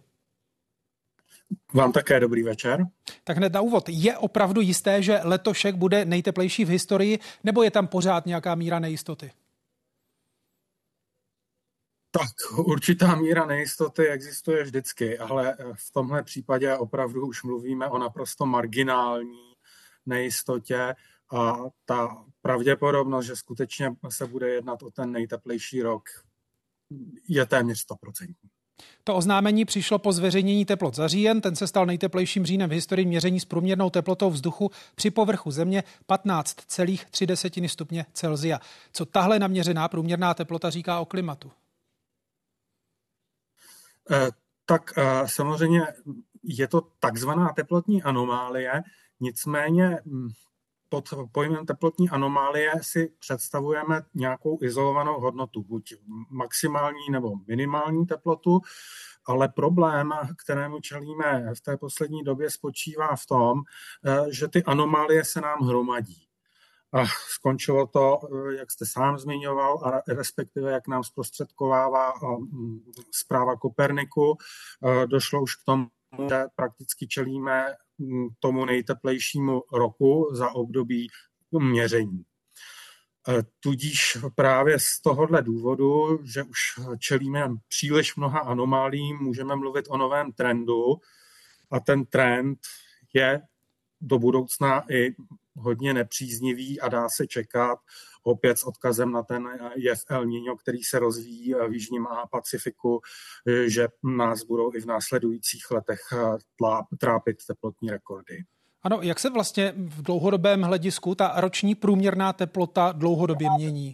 Vám také dobrý večer. Tak hned na úvod. Je opravdu jisté, že letošek bude nejteplejší v historii, nebo je tam pořád nějaká míra nejistoty? Tak, určitá míra nejistoty existuje vždycky, ale v tomhle případě opravdu už mluvíme o naprosto marginální nejistotě a ta pravděpodobnost, že skutečně se bude jednat o ten nejteplejší rok, je téměř 100%. To oznámení přišlo po zveřejnění teplot za říjen. Ten se stal nejteplejším říjnem v historii měření s průměrnou teplotou vzduchu při povrchu země 15,3 stupně Celsia. Co tahle naměřená průměrná teplota říká o klimatu? Tak samozřejmě je to takzvaná teplotní anomálie, nicméně pod pojmem teplotní anomálie si představujeme nějakou izolovanou hodnotu, buď maximální nebo minimální teplotu, ale problém, kterému čelíme v té poslední době, spočívá v tom, že ty anomálie se nám hromadí. A skončilo to, jak jste sám zmiňoval, a respektive jak nám zprostředkovává zpráva Koperniku. Došlo už k tomu, že prakticky čelíme tomu nejteplejšímu roku za období měření. Tudíž právě z tohohle důvodu, že už čelíme příliš mnoha anomálím, můžeme mluvit o novém trendu a ten trend je do budoucna i hodně nepříznivý a dá se čekat opět s odkazem na ten jev El Niño, který se rozvíjí v Jižním Pacifiku, že nás budou i v následujících letech trápit teplotní rekordy. Ano, jak se vlastně v dlouhodobém hledisku ta roční průměrná teplota dlouhodobě mění?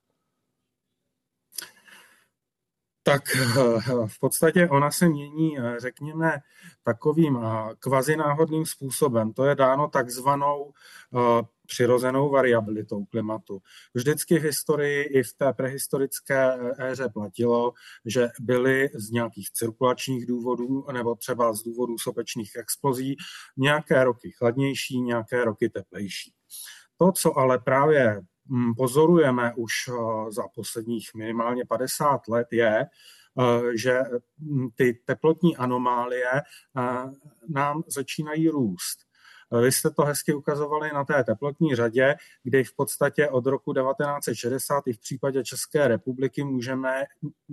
Tak v podstatě ona se mění, řekněme, takovým kvazináhodným způsobem. To je dáno takzvanou přirozenou variabilitou klimatu. Vždycky v historii i v té prehistorické éře platilo, že byly z nějakých cirkulačních důvodů nebo třeba z důvodů sopečných explozí nějaké roky chladnější, nějaké roky teplejší. To, co ale právě pozorujeme už za posledních minimálně 50 let, je, že ty teplotní anomálie nám začínají růst. Vy jste to hezky ukazovali na té teplotní řadě, kdy v podstatě od roku 1960 i v případě České republiky můžeme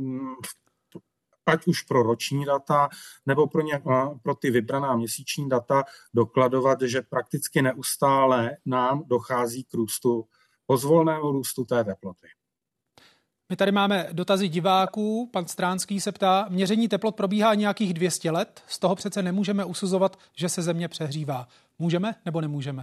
ať už pro roční data nebo pro ty vybraná měsíční data dokladovat, že prakticky neustále nám dochází k růstu, pozvolnému růstu té teploty. My tady máme dotazy diváků. Pan Stránský se ptá, měření teplot probíhá nějakých 200 let, z toho přece nemůžeme usuzovat, že se Země přehřívá. Můžeme nebo nemůžeme?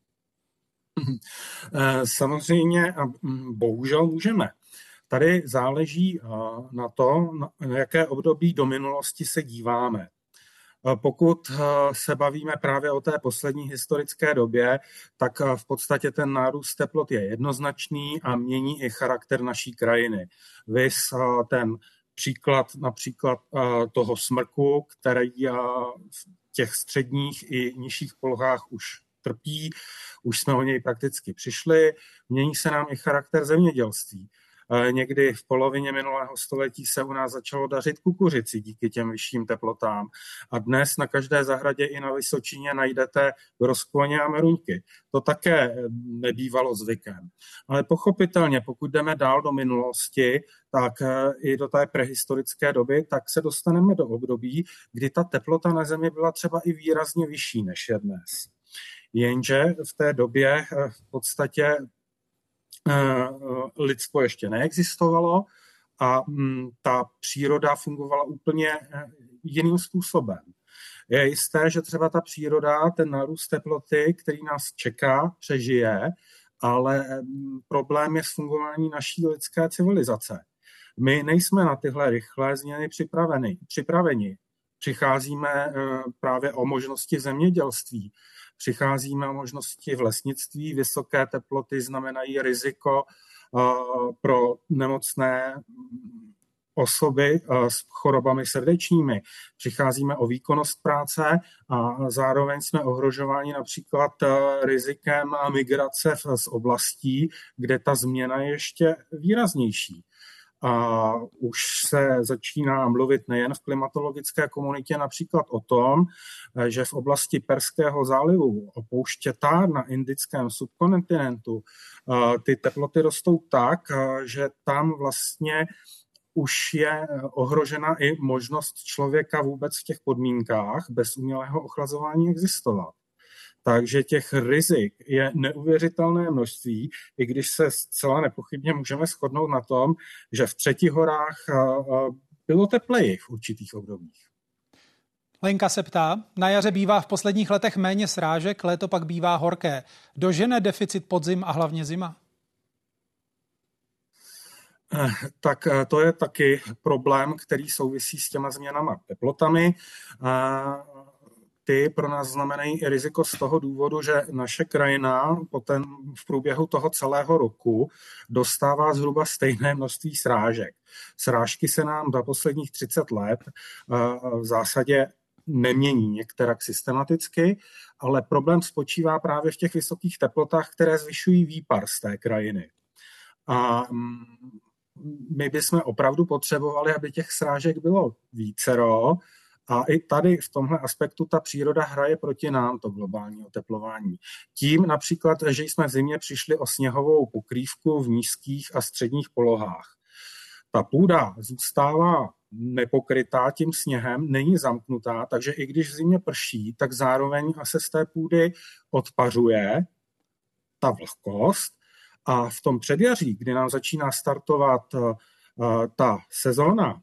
Samozřejmě a bohužel můžeme. Tady záleží na to, na jaké období do minulosti se díváme. Pokud se bavíme právě o té poslední historické době, tak v podstatě ten nárůst teplot je jednoznačný a mění i charakter naší krajiny. Viz ten příklad například toho smrku, který v těch středních i nižších polohách už trpí, už jsme o něj prakticky přišli, mění se nám i charakter zemědělství. Někdy v polovině minulého století se u nás začalo dařit kukuřici díky těm vyšším teplotám. A dnes na každé zahradě i na Vysočině najdete broskvoně a meruňky. To také nebývalo zvykem. Ale pochopitelně, pokud jdeme dál do minulosti, tak i do té prehistorické doby, tak se dostaneme do období, kdy ta teplota na Zemi byla třeba i výrazně vyšší, než je dnes. Jenže v té době v podstatě lidstvo ještě neexistovalo a ta příroda fungovala úplně jiným způsobem. Je jisté, že třeba ta příroda, ten nárůst teploty, který nás čeká, přežije, ale problém je s fungování naší lidské civilizace. My nejsme na tyhle rychlé změny připraveni. Přicházíme právě o možnosti zemědělství, přicházíme o možnosti v lesnictví, vysoké teploty znamenají riziko pro nemocné osoby s chorobami srdečními. Přicházíme o výkonnost práce a zároveň jsme ohrožováni například rizikem migrace z oblastí, kde ta změna je ještě výraznější. A už se začíná mluvit nejen v klimatologické komunitě například o tom, že v oblasti Perského zálivu, opouštětá na indickém subkontinentu, ty teploty rostou tak, že tam vlastně už je ohrožena i možnost člověka vůbec v těch podmínkách bez umělého ochlazování existovat. Takže těch rizik je neuvěřitelné množství, i když se zcela nepochybně můžeme shodnout na tom, že v Třetích horách bylo tepleji v určitých obdobích. Lenka se ptá, na jaře bývá v posledních letech méně srážek, léto pak bývá horké. Dožene deficit podzim a hlavně zima? Tak to je taky problém, který souvisí s těma změnama teplotami. Ty pro nás znamenají i riziko z toho důvodu, že naše krajina v průběhu toho celého roku dostává zhruba stejné množství srážek. Srážky se nám za posledních 30 let v zásadě nemění některak systematicky, ale problém spočívá právě v těch vysokých teplotách, které zvyšují výpar z té krajiny. A my bychom opravdu potřebovali, aby těch srážek bylo vícero, A i tady v tomhle aspektu ta příroda hraje proti nám, to globální oteplování. Tím například, že jsme v zimě přišli o sněhovou pokrývku v nízkých a středních polohách. Ta půda zůstává nepokrytá tím sněhem, není zamknutá, takže i když v zimě prší, tak zároveň se z té půdy odpařuje ta vlhkost a v tom předjaří, kdy nám začíná startovat ta sezóna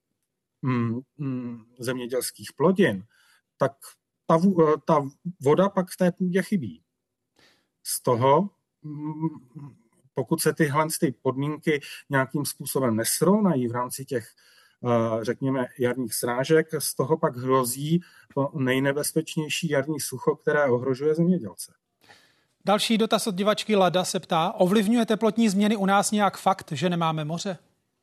zemědělských plodin, tak ta voda pak v té půdě chybí. Z toho, pokud se tyhle podmínky nějakým způsobem nesrovnají v rámci těch, řekněme, jarních srážek, z toho pak hrozí to nejnebezpečnější jarní sucho, které ohrožuje zemědělce. Další dotaz od divačky Lada se ptá, ovlivňuje teplotní změny u nás nějak fakt, že nemáme moře?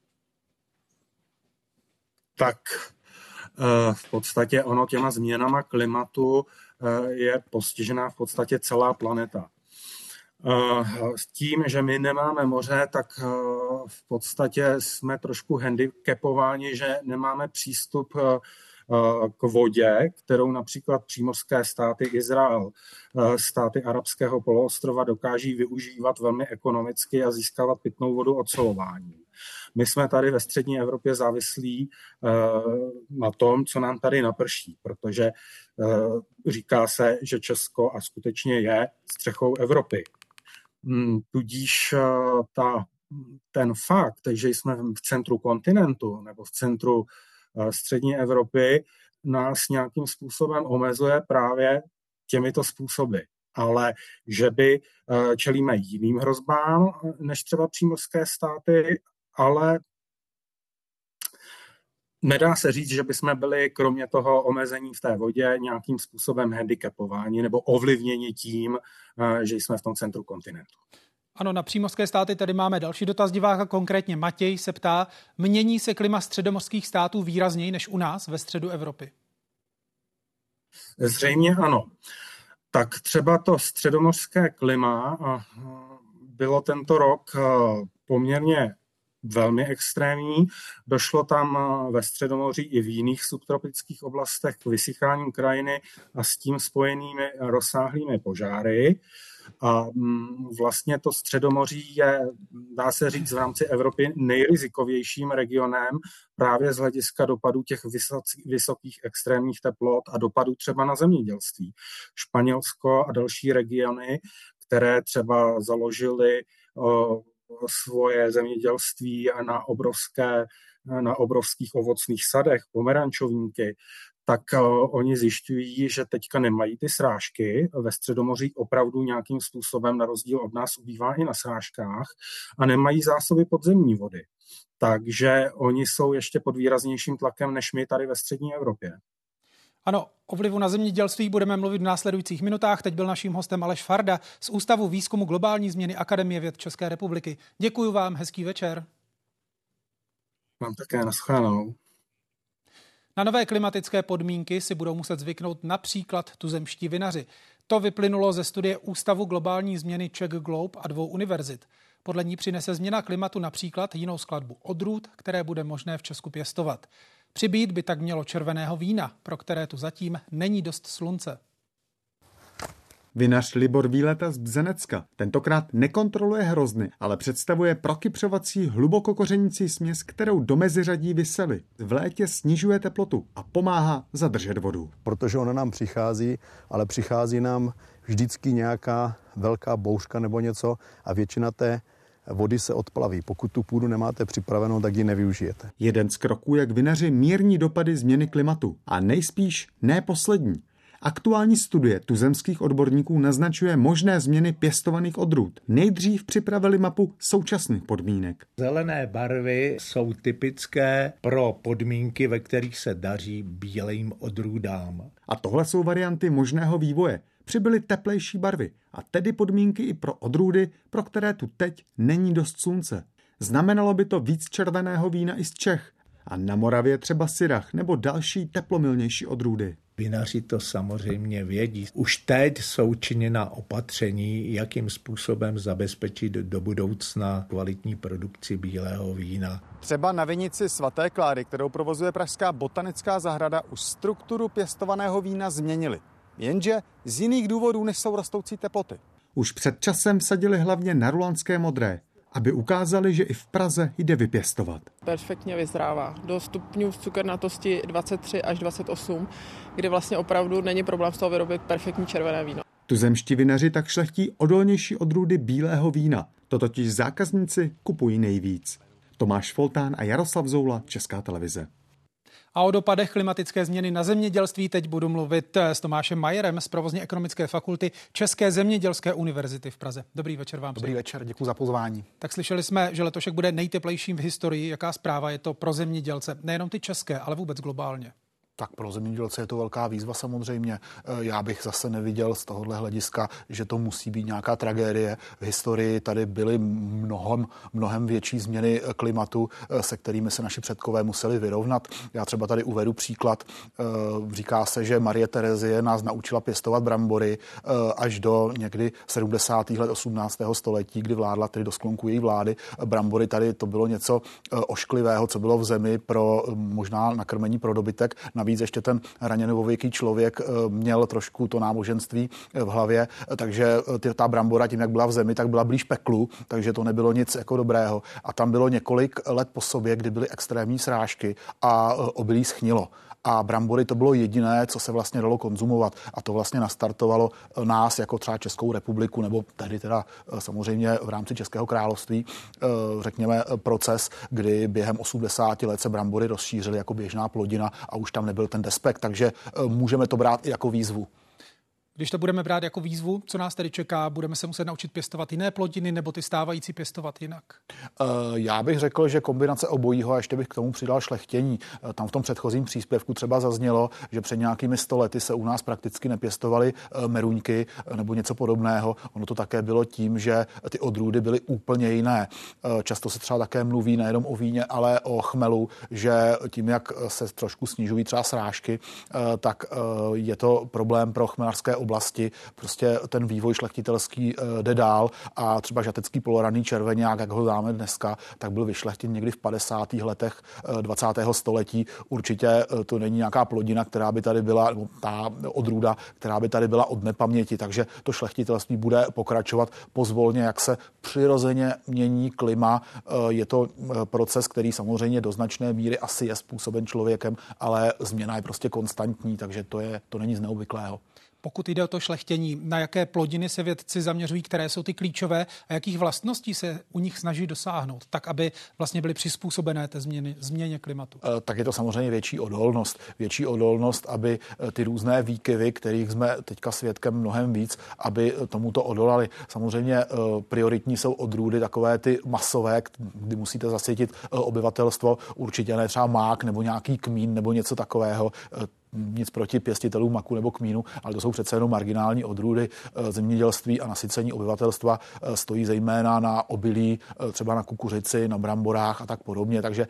Tak v podstatě ono těma změnama klimatu je postižená v podstatě celá planeta. S tím, že my nemáme moře, tak v podstatě jsme trošku handicapováni, že nemáme přístup k vodě, kterou například přímořské státy Izrael, státy arabského poloostrova dokáží využívat velmi ekonomicky a získávat pitnou vodu odsolováním. My jsme tady ve střední Evropě závislí na tom, co nám tady naprší, protože říká se, že Česko a skutečně je střechou Evropy. Tudíž ten fakt, že jsme v centru kontinentu nebo v centru střední Evropy, nás nějakým způsobem omezuje právě těmito způsoby. Ale že by čelíme jiným hrozbám než třeba přímořské státy, ale nedá se říct, že bychom byli kromě toho omezení v té vodě nějakým způsobem handicapováni nebo ovlivněni tím, že jsme v tom centru kontinentu. Ano, na přímořské státy tady máme další dotaz diváka, konkrétně Matěj se ptá, mění se klima středomořských států výrazněji než u nás ve středu Evropy? Zřejmě ano. Tak třeba to středomořské klima bylo tento rok poměrně velmi extrémní. Došlo tam ve Středomoří i v jiných subtropických oblastech k vysychání krajiny a s tím spojenými rozsáhlými požáry. A vlastně to Středomoří je, dá se říct, v rámci Evropy nejrizikovějším regionem právě z hlediska dopadů těch vysokých extrémních teplot a dopadů třeba na zemědělství. Španělsko a další regiony, které třeba založily svoje zemědělství na obrovských ovocných sadech, pomerančovníky, tak oni zjišťují, že teďka nemají ty srážky. Ve Středomoří opravdu nějakým způsobem na rozdíl od nás ubývá i na srážkách a nemají zásoby podzemní vody. Takže oni jsou ještě pod výraznějším tlakem než my tady ve střední Evropě. Ano, o vlivu na zemědělství budeme mluvit v následujících minutách. Teď byl naším hostem Aleš Farda z Ústavu výzkumu globální změny Akademie věd České republiky. Děkuji vám, hezký večer. Vám také, nashledanou. Na nové klimatické podmínky si budou muset zvyknout například tuzemští vinaři. To vyplynulo ze studie Ústavu globální změny Czech Globe a 2 univerzit. Podle ní přinese změna klimatu například jinou skladbu odrůd, které bude možné v Česku pěstovat. Přibýt by tak mělo červeného vína, pro které tu zatím není dost slunce. Vinař Libor Výleta z Bzenecka tentokrát nekontroluje hrozny, ale představuje prokypřovací hluboko kořenící směs, kterou do meziřadí vysely. V létě snižuje teplotu a pomáhá zadržet vodu. Protože ona nám přichází, ale přichází nám vždycky nějaká velká bouřka nebo něco a většina té vody se odplaví. Pokud tu půdu nemáte připravenou, tak ji nevyužijete. Jeden z kroků, jak vinaři mírní dopady změny klimatu. A nejspíš ne poslední. Aktuální studie tuzemských odborníků naznačuje možné změny pěstovaných odrůd. Nejdřív připravili mapu současných podmínek. Zelené barvy jsou typické pro podmínky, ve kterých se daří bílým odrůdám. A tohle jsou varianty možného vývoje. Přibyly teplejší barvy a tedy podmínky i pro odrůdy, pro které tu teď není dost slunce. Znamenalo by to víc červeného vína i z Čech a na Moravě třeba Syrah nebo další teplomilnější odrůdy. Vinaři to samozřejmě vědí. Už teď jsou činěna opatření, jakým způsobem zabezpečit do budoucna kvalitní produkci bílého vína. Třeba na vinici Svaté Kláry, kterou provozuje pražská botanická zahrada, už strukturu pěstovaného vína změnili. Jenže z jiných důvodů, než jsou rostoucí teploty. Už před časem vsadili hlavně na rulandské modré, aby ukázali, že i v Praze jde vypěstovat. Perfektně vyzrává. Do stupňů cukernatosti 23 až 28, kdy vlastně opravdu není problém z toho vyrobit perfektní červené víno. Tuzemští vinaři tak šlechtí odolnější odrůdy bílého vína. To totiž zákazníci kupují nejvíc. Tomáš Foltán a Jaroslav Zoula, Česká televize. A o dopadech klimatické změny na zemědělství teď budu mluvit s Tomášem Majerem z Provozně ekonomické fakulty České zemědělské univerzity v Praze. Dobrý večer vám. Dobrý večer, děkuji za pozvání. Tak slyšeli jsme, že letošek bude nejteplejším v historii. Jaká zpráva je to pro zemědělce? Nejenom ty české, ale vůbec globálně. Tak pro zemědělce je to velká výzva samozřejmě. Já bych zase neviděl z tohohle hlediska, že to musí být nějaká tragédie. V historii tady byly mnohem větší změny klimatu, se kterými se naši předkové museli vyrovnat. Já třeba tady uvedu příklad. Říká se, že Marie Terezie nás naučila pěstovat brambory až do někdy 70. let 18. století, kdy vládla tedy do sklonku její vlády. Brambory tady to bylo něco ošklivého, co bylo v zemi pro možná nakrmení pro dobytek. Navíc ještě ten raněnověký člověk měl trošku to náboženství v hlavě, takže ta brambora tím, jak byla v zemi, tak byla blíž peklu, takže to nebylo nic jako dobrého. A tam bylo několik let po sobě, kdy byly extrémní srážky a obilí schnilo. A brambory to bylo jediné, co se vlastně dalo konzumovat. A to vlastně nastartovalo nás jako třeba Českou republiku, nebo tady teda samozřejmě v rámci Českého království, řekněme, proces, kdy během 80 let se brambory rozšířily jako běžná plodina a už tam nebyl ten despekt. Takže můžeme to brát i jako výzvu. Když to budeme brát jako výzvu, co nás tedy čeká? Budeme se muset naučit pěstovat jiné plodiny nebo ty stávající pěstovat jinak? Já bych řekl, že kombinace obojího, a ještě bych k tomu přidal šlechtění. Tam v tom předchozím příspěvku třeba zaznělo, že před nějakými 100 lety se u nás prakticky nepěstovaly meruňky nebo něco podobného. Ono to také bylo tím, že ty odrůdy byly úplně jiné. Často se třeba také mluví nejenom o víně, ale o chmelu, že tím, jak se trošku snižují třeba srážky, tak je to problém pro chmelařské oblasti. Prostě ten vývoj šlechtitelský jde dál a třeba žatecký poloraný červeňák, jak ho známe dneska, tak byl vyšlechtěn někdy v 50. letech 20. století. Určitě to není nějaká plodina, která by tady byla, nebo ta odrůda, která by tady byla od nepaměti, takže to šlechtitelství bude pokračovat pozvolně, jak se přirozeně mění klima. Je to proces, který samozřejmě do značné míry asi je způsoben člověkem, ale změna je prostě konstantní, takže to není z neobvyklého. Pokud jde o to šlechtění, na jaké plodiny se vědci zaměřují, které jsou ty klíčové a jakých vlastností se u nich snaží dosáhnout, tak aby vlastně byly přizpůsobené té změně klimatu? Tak je to samozřejmě větší odolnost, aby ty různé výkyvy, kterých jsme teďka svědkem mnohem víc, aby tomuto odolali. Samozřejmě prioritní jsou odrůdy takové ty masové, kdy musíte zasytit obyvatelstvo, určitě ne třeba mák nebo nějaký kmín nebo něco takového. Nic proti pěstitelům maku nebo kmínu, ale to jsou přece jenom marginální odrůdy. Zemědělství a nasycení obyvatelstva stojí zejména na obilí, třeba na kukuřici, na bramborách a tak podobně. Takže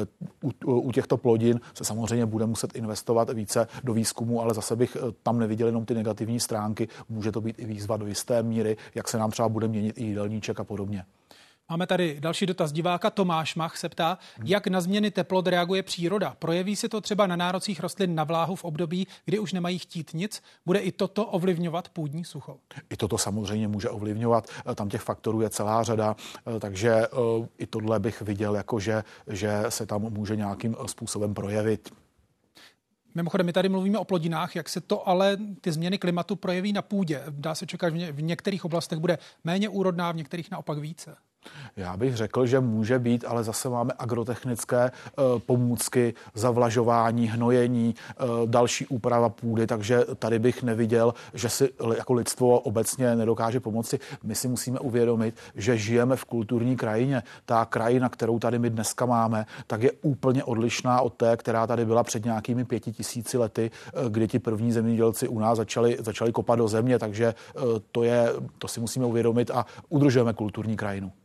u těchto plodin se samozřejmě bude muset investovat více do výzkumu, ale zase bych tam neviděl jenom ty negativní stránky. Může to být i výzva do jisté míry, jak se nám třeba bude měnit i jídelníček a podobně. Máme tady další dotaz diváka. Tomáš Mach se ptá, jak na změny teplot reaguje příroda. Projeví se to třeba na nárocích rostlin na vláhu v období, kdy už nemají chtít nic? Bude i toto ovlivňovat půdní sucho? I toto samozřejmě může ovlivňovat. Tam těch faktorů je celá řada, takže i tohle bych viděl, jako že se tam může nějakým způsobem projevit. Mimochodem, my tady mluvíme o plodinách, jak se to ale ty změny klimatu projeví na půdě. Dá se čekat, že v některých oblastech bude méně úrodná, v některých naopak více. Já bych řekl, že může být, ale zase máme agrotechnické pomůcky, zavlažování, hnojení, další úprava půdy, takže tady bych neviděl, že si jako lidstvo obecně nedokáže pomoci. My si musíme uvědomit, že žijeme v kulturní krajině. Ta krajina, kterou tady my dneska máme, tak je úplně odlišná od té, která tady byla před nějakými 5000 lety, kdy ti první zemědělci u nás začali kopat do země, takže to si musíme uvědomit a udržujeme kulturní krajinu.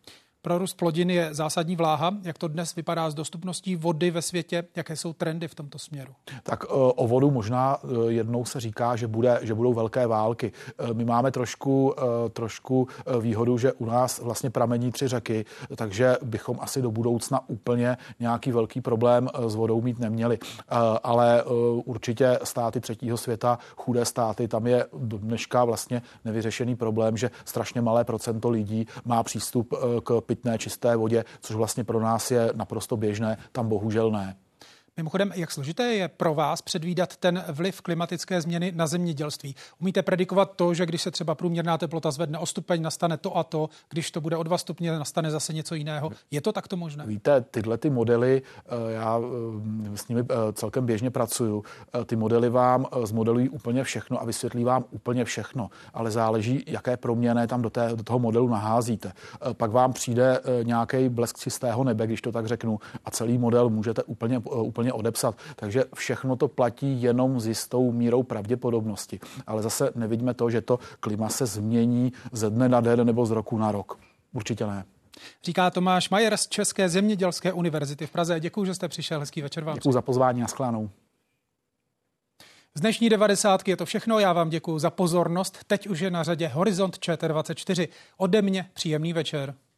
Pro růst plodin je zásadní vláha. Jak to dnes vypadá s dostupností vody ve světě? Jaké jsou trendy v tomto směru? Tak o vodu možná jednou se říká, že budou velké války. My máme trošku výhodu, že u nás vlastně pramení 3 řeky, takže bychom asi do budoucna úplně nějaký velký problém s vodou mít neměli. Ale určitě státy třetího světa, chudé státy, tam je do dneška vlastně nevyřešený problém, že strašně malé procento lidí má přístup k pitné čisté vodě, což vlastně pro nás je naprosto běžné, tam bohužel ne. Mimochodem, jak složité je pro vás předvídat ten vliv klimatické změny na zemědělství? Umíte predikovat to, že když se třeba průměrná teplota zvedne o stupeň, nastane to a to, když to bude o 2 stupně, nastane zase něco jiného? Je to takto možné? Víte, tyhle ty modely, já s nimi celkem běžně pracuju, ty modely vám zmodelují úplně všechno a vysvětlí vám úplně všechno, ale záleží, jaké proměny tam do toho modelu naházíte. Pak vám přijde nějaký blesk čistého nebe, když to tak řeknu, a celý model můžete úplně odepsat. Takže všechno to platí jenom s jistou mírou pravděpodobnosti. Ale zase nevidíme to, že to klima se změní ze dne na den nebo z roku na rok. Určitě ne. Říká Tomáš Majer z České zemědělské univerzity v Praze. Děkuji, že jste přišel. Hezký večer vám. Děkuji za pozvání, nashledanou. Z dnešní 90 je to všechno. Já vám děkuji za pozornost. Teď už je na řadě Horizont ČT24. Ode mě příjemný večer.